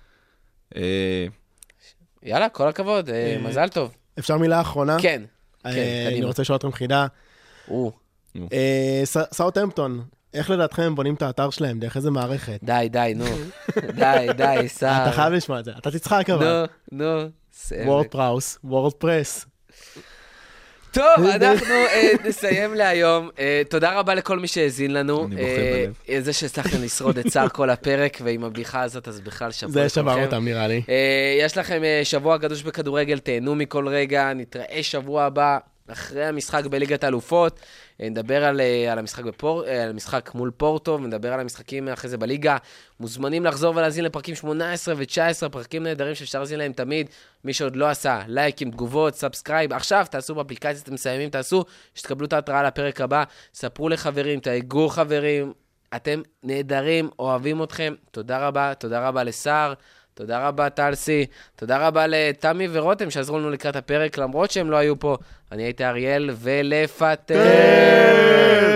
יאללה, כל הכבוד, מזל טוב. אפשר מילה אחרונה? כן, אני קדימה. רוצה לשאול אתכם חידה. סאות'המפטון, איך לדעתכם הם בונים את האתר שלהם? דרך איזה מערכת? די, נו. די, סער. אתה חייב לשמוע את זה. אתה תצחק אבל. נו. וורדפרס. טוב, אנחנו נסיים להיום. תודה רבה לכל מי שהאזין לנו. אני בוכה בלב. זה שהצלחתם לשרוד את צער כל הפרק, ועם הבדיחה הזאת, אז בכלל שבוע. זה שבר אותם, נראה לי. יש לכם שבוע גדוש בכדורגל, תהנו מכל רגע, נתראה שבוע הבא, אחרי המשחק בליגת האלופות, נדבר על המשחק מול פורטו, ונדבר על המשחקים אחרי זה בליגה. מוזמנים לחזור ולהזין לפרקים 18 ו-19, פרקים נהדרים שאפשר להזין להם תמיד. מי שעוד לא עשה, לייקים, תגובות, סאבסקרייב. עכשיו תעשו באפליקציה, אתם מסיימים, תעשו, שתקבלו את ההתראה לפרק הבא. ספרו לחברים, תאגו חברים. אתם נהדרים, אוהבים אתכם. תודה רבה לסער. תודה רבה, טלסי. תודה רבה לתמי ורותם שעזרו לנו לקראת הפרק, למרות שהם לא היו פה. אני הייתי אריאל, ולפטר.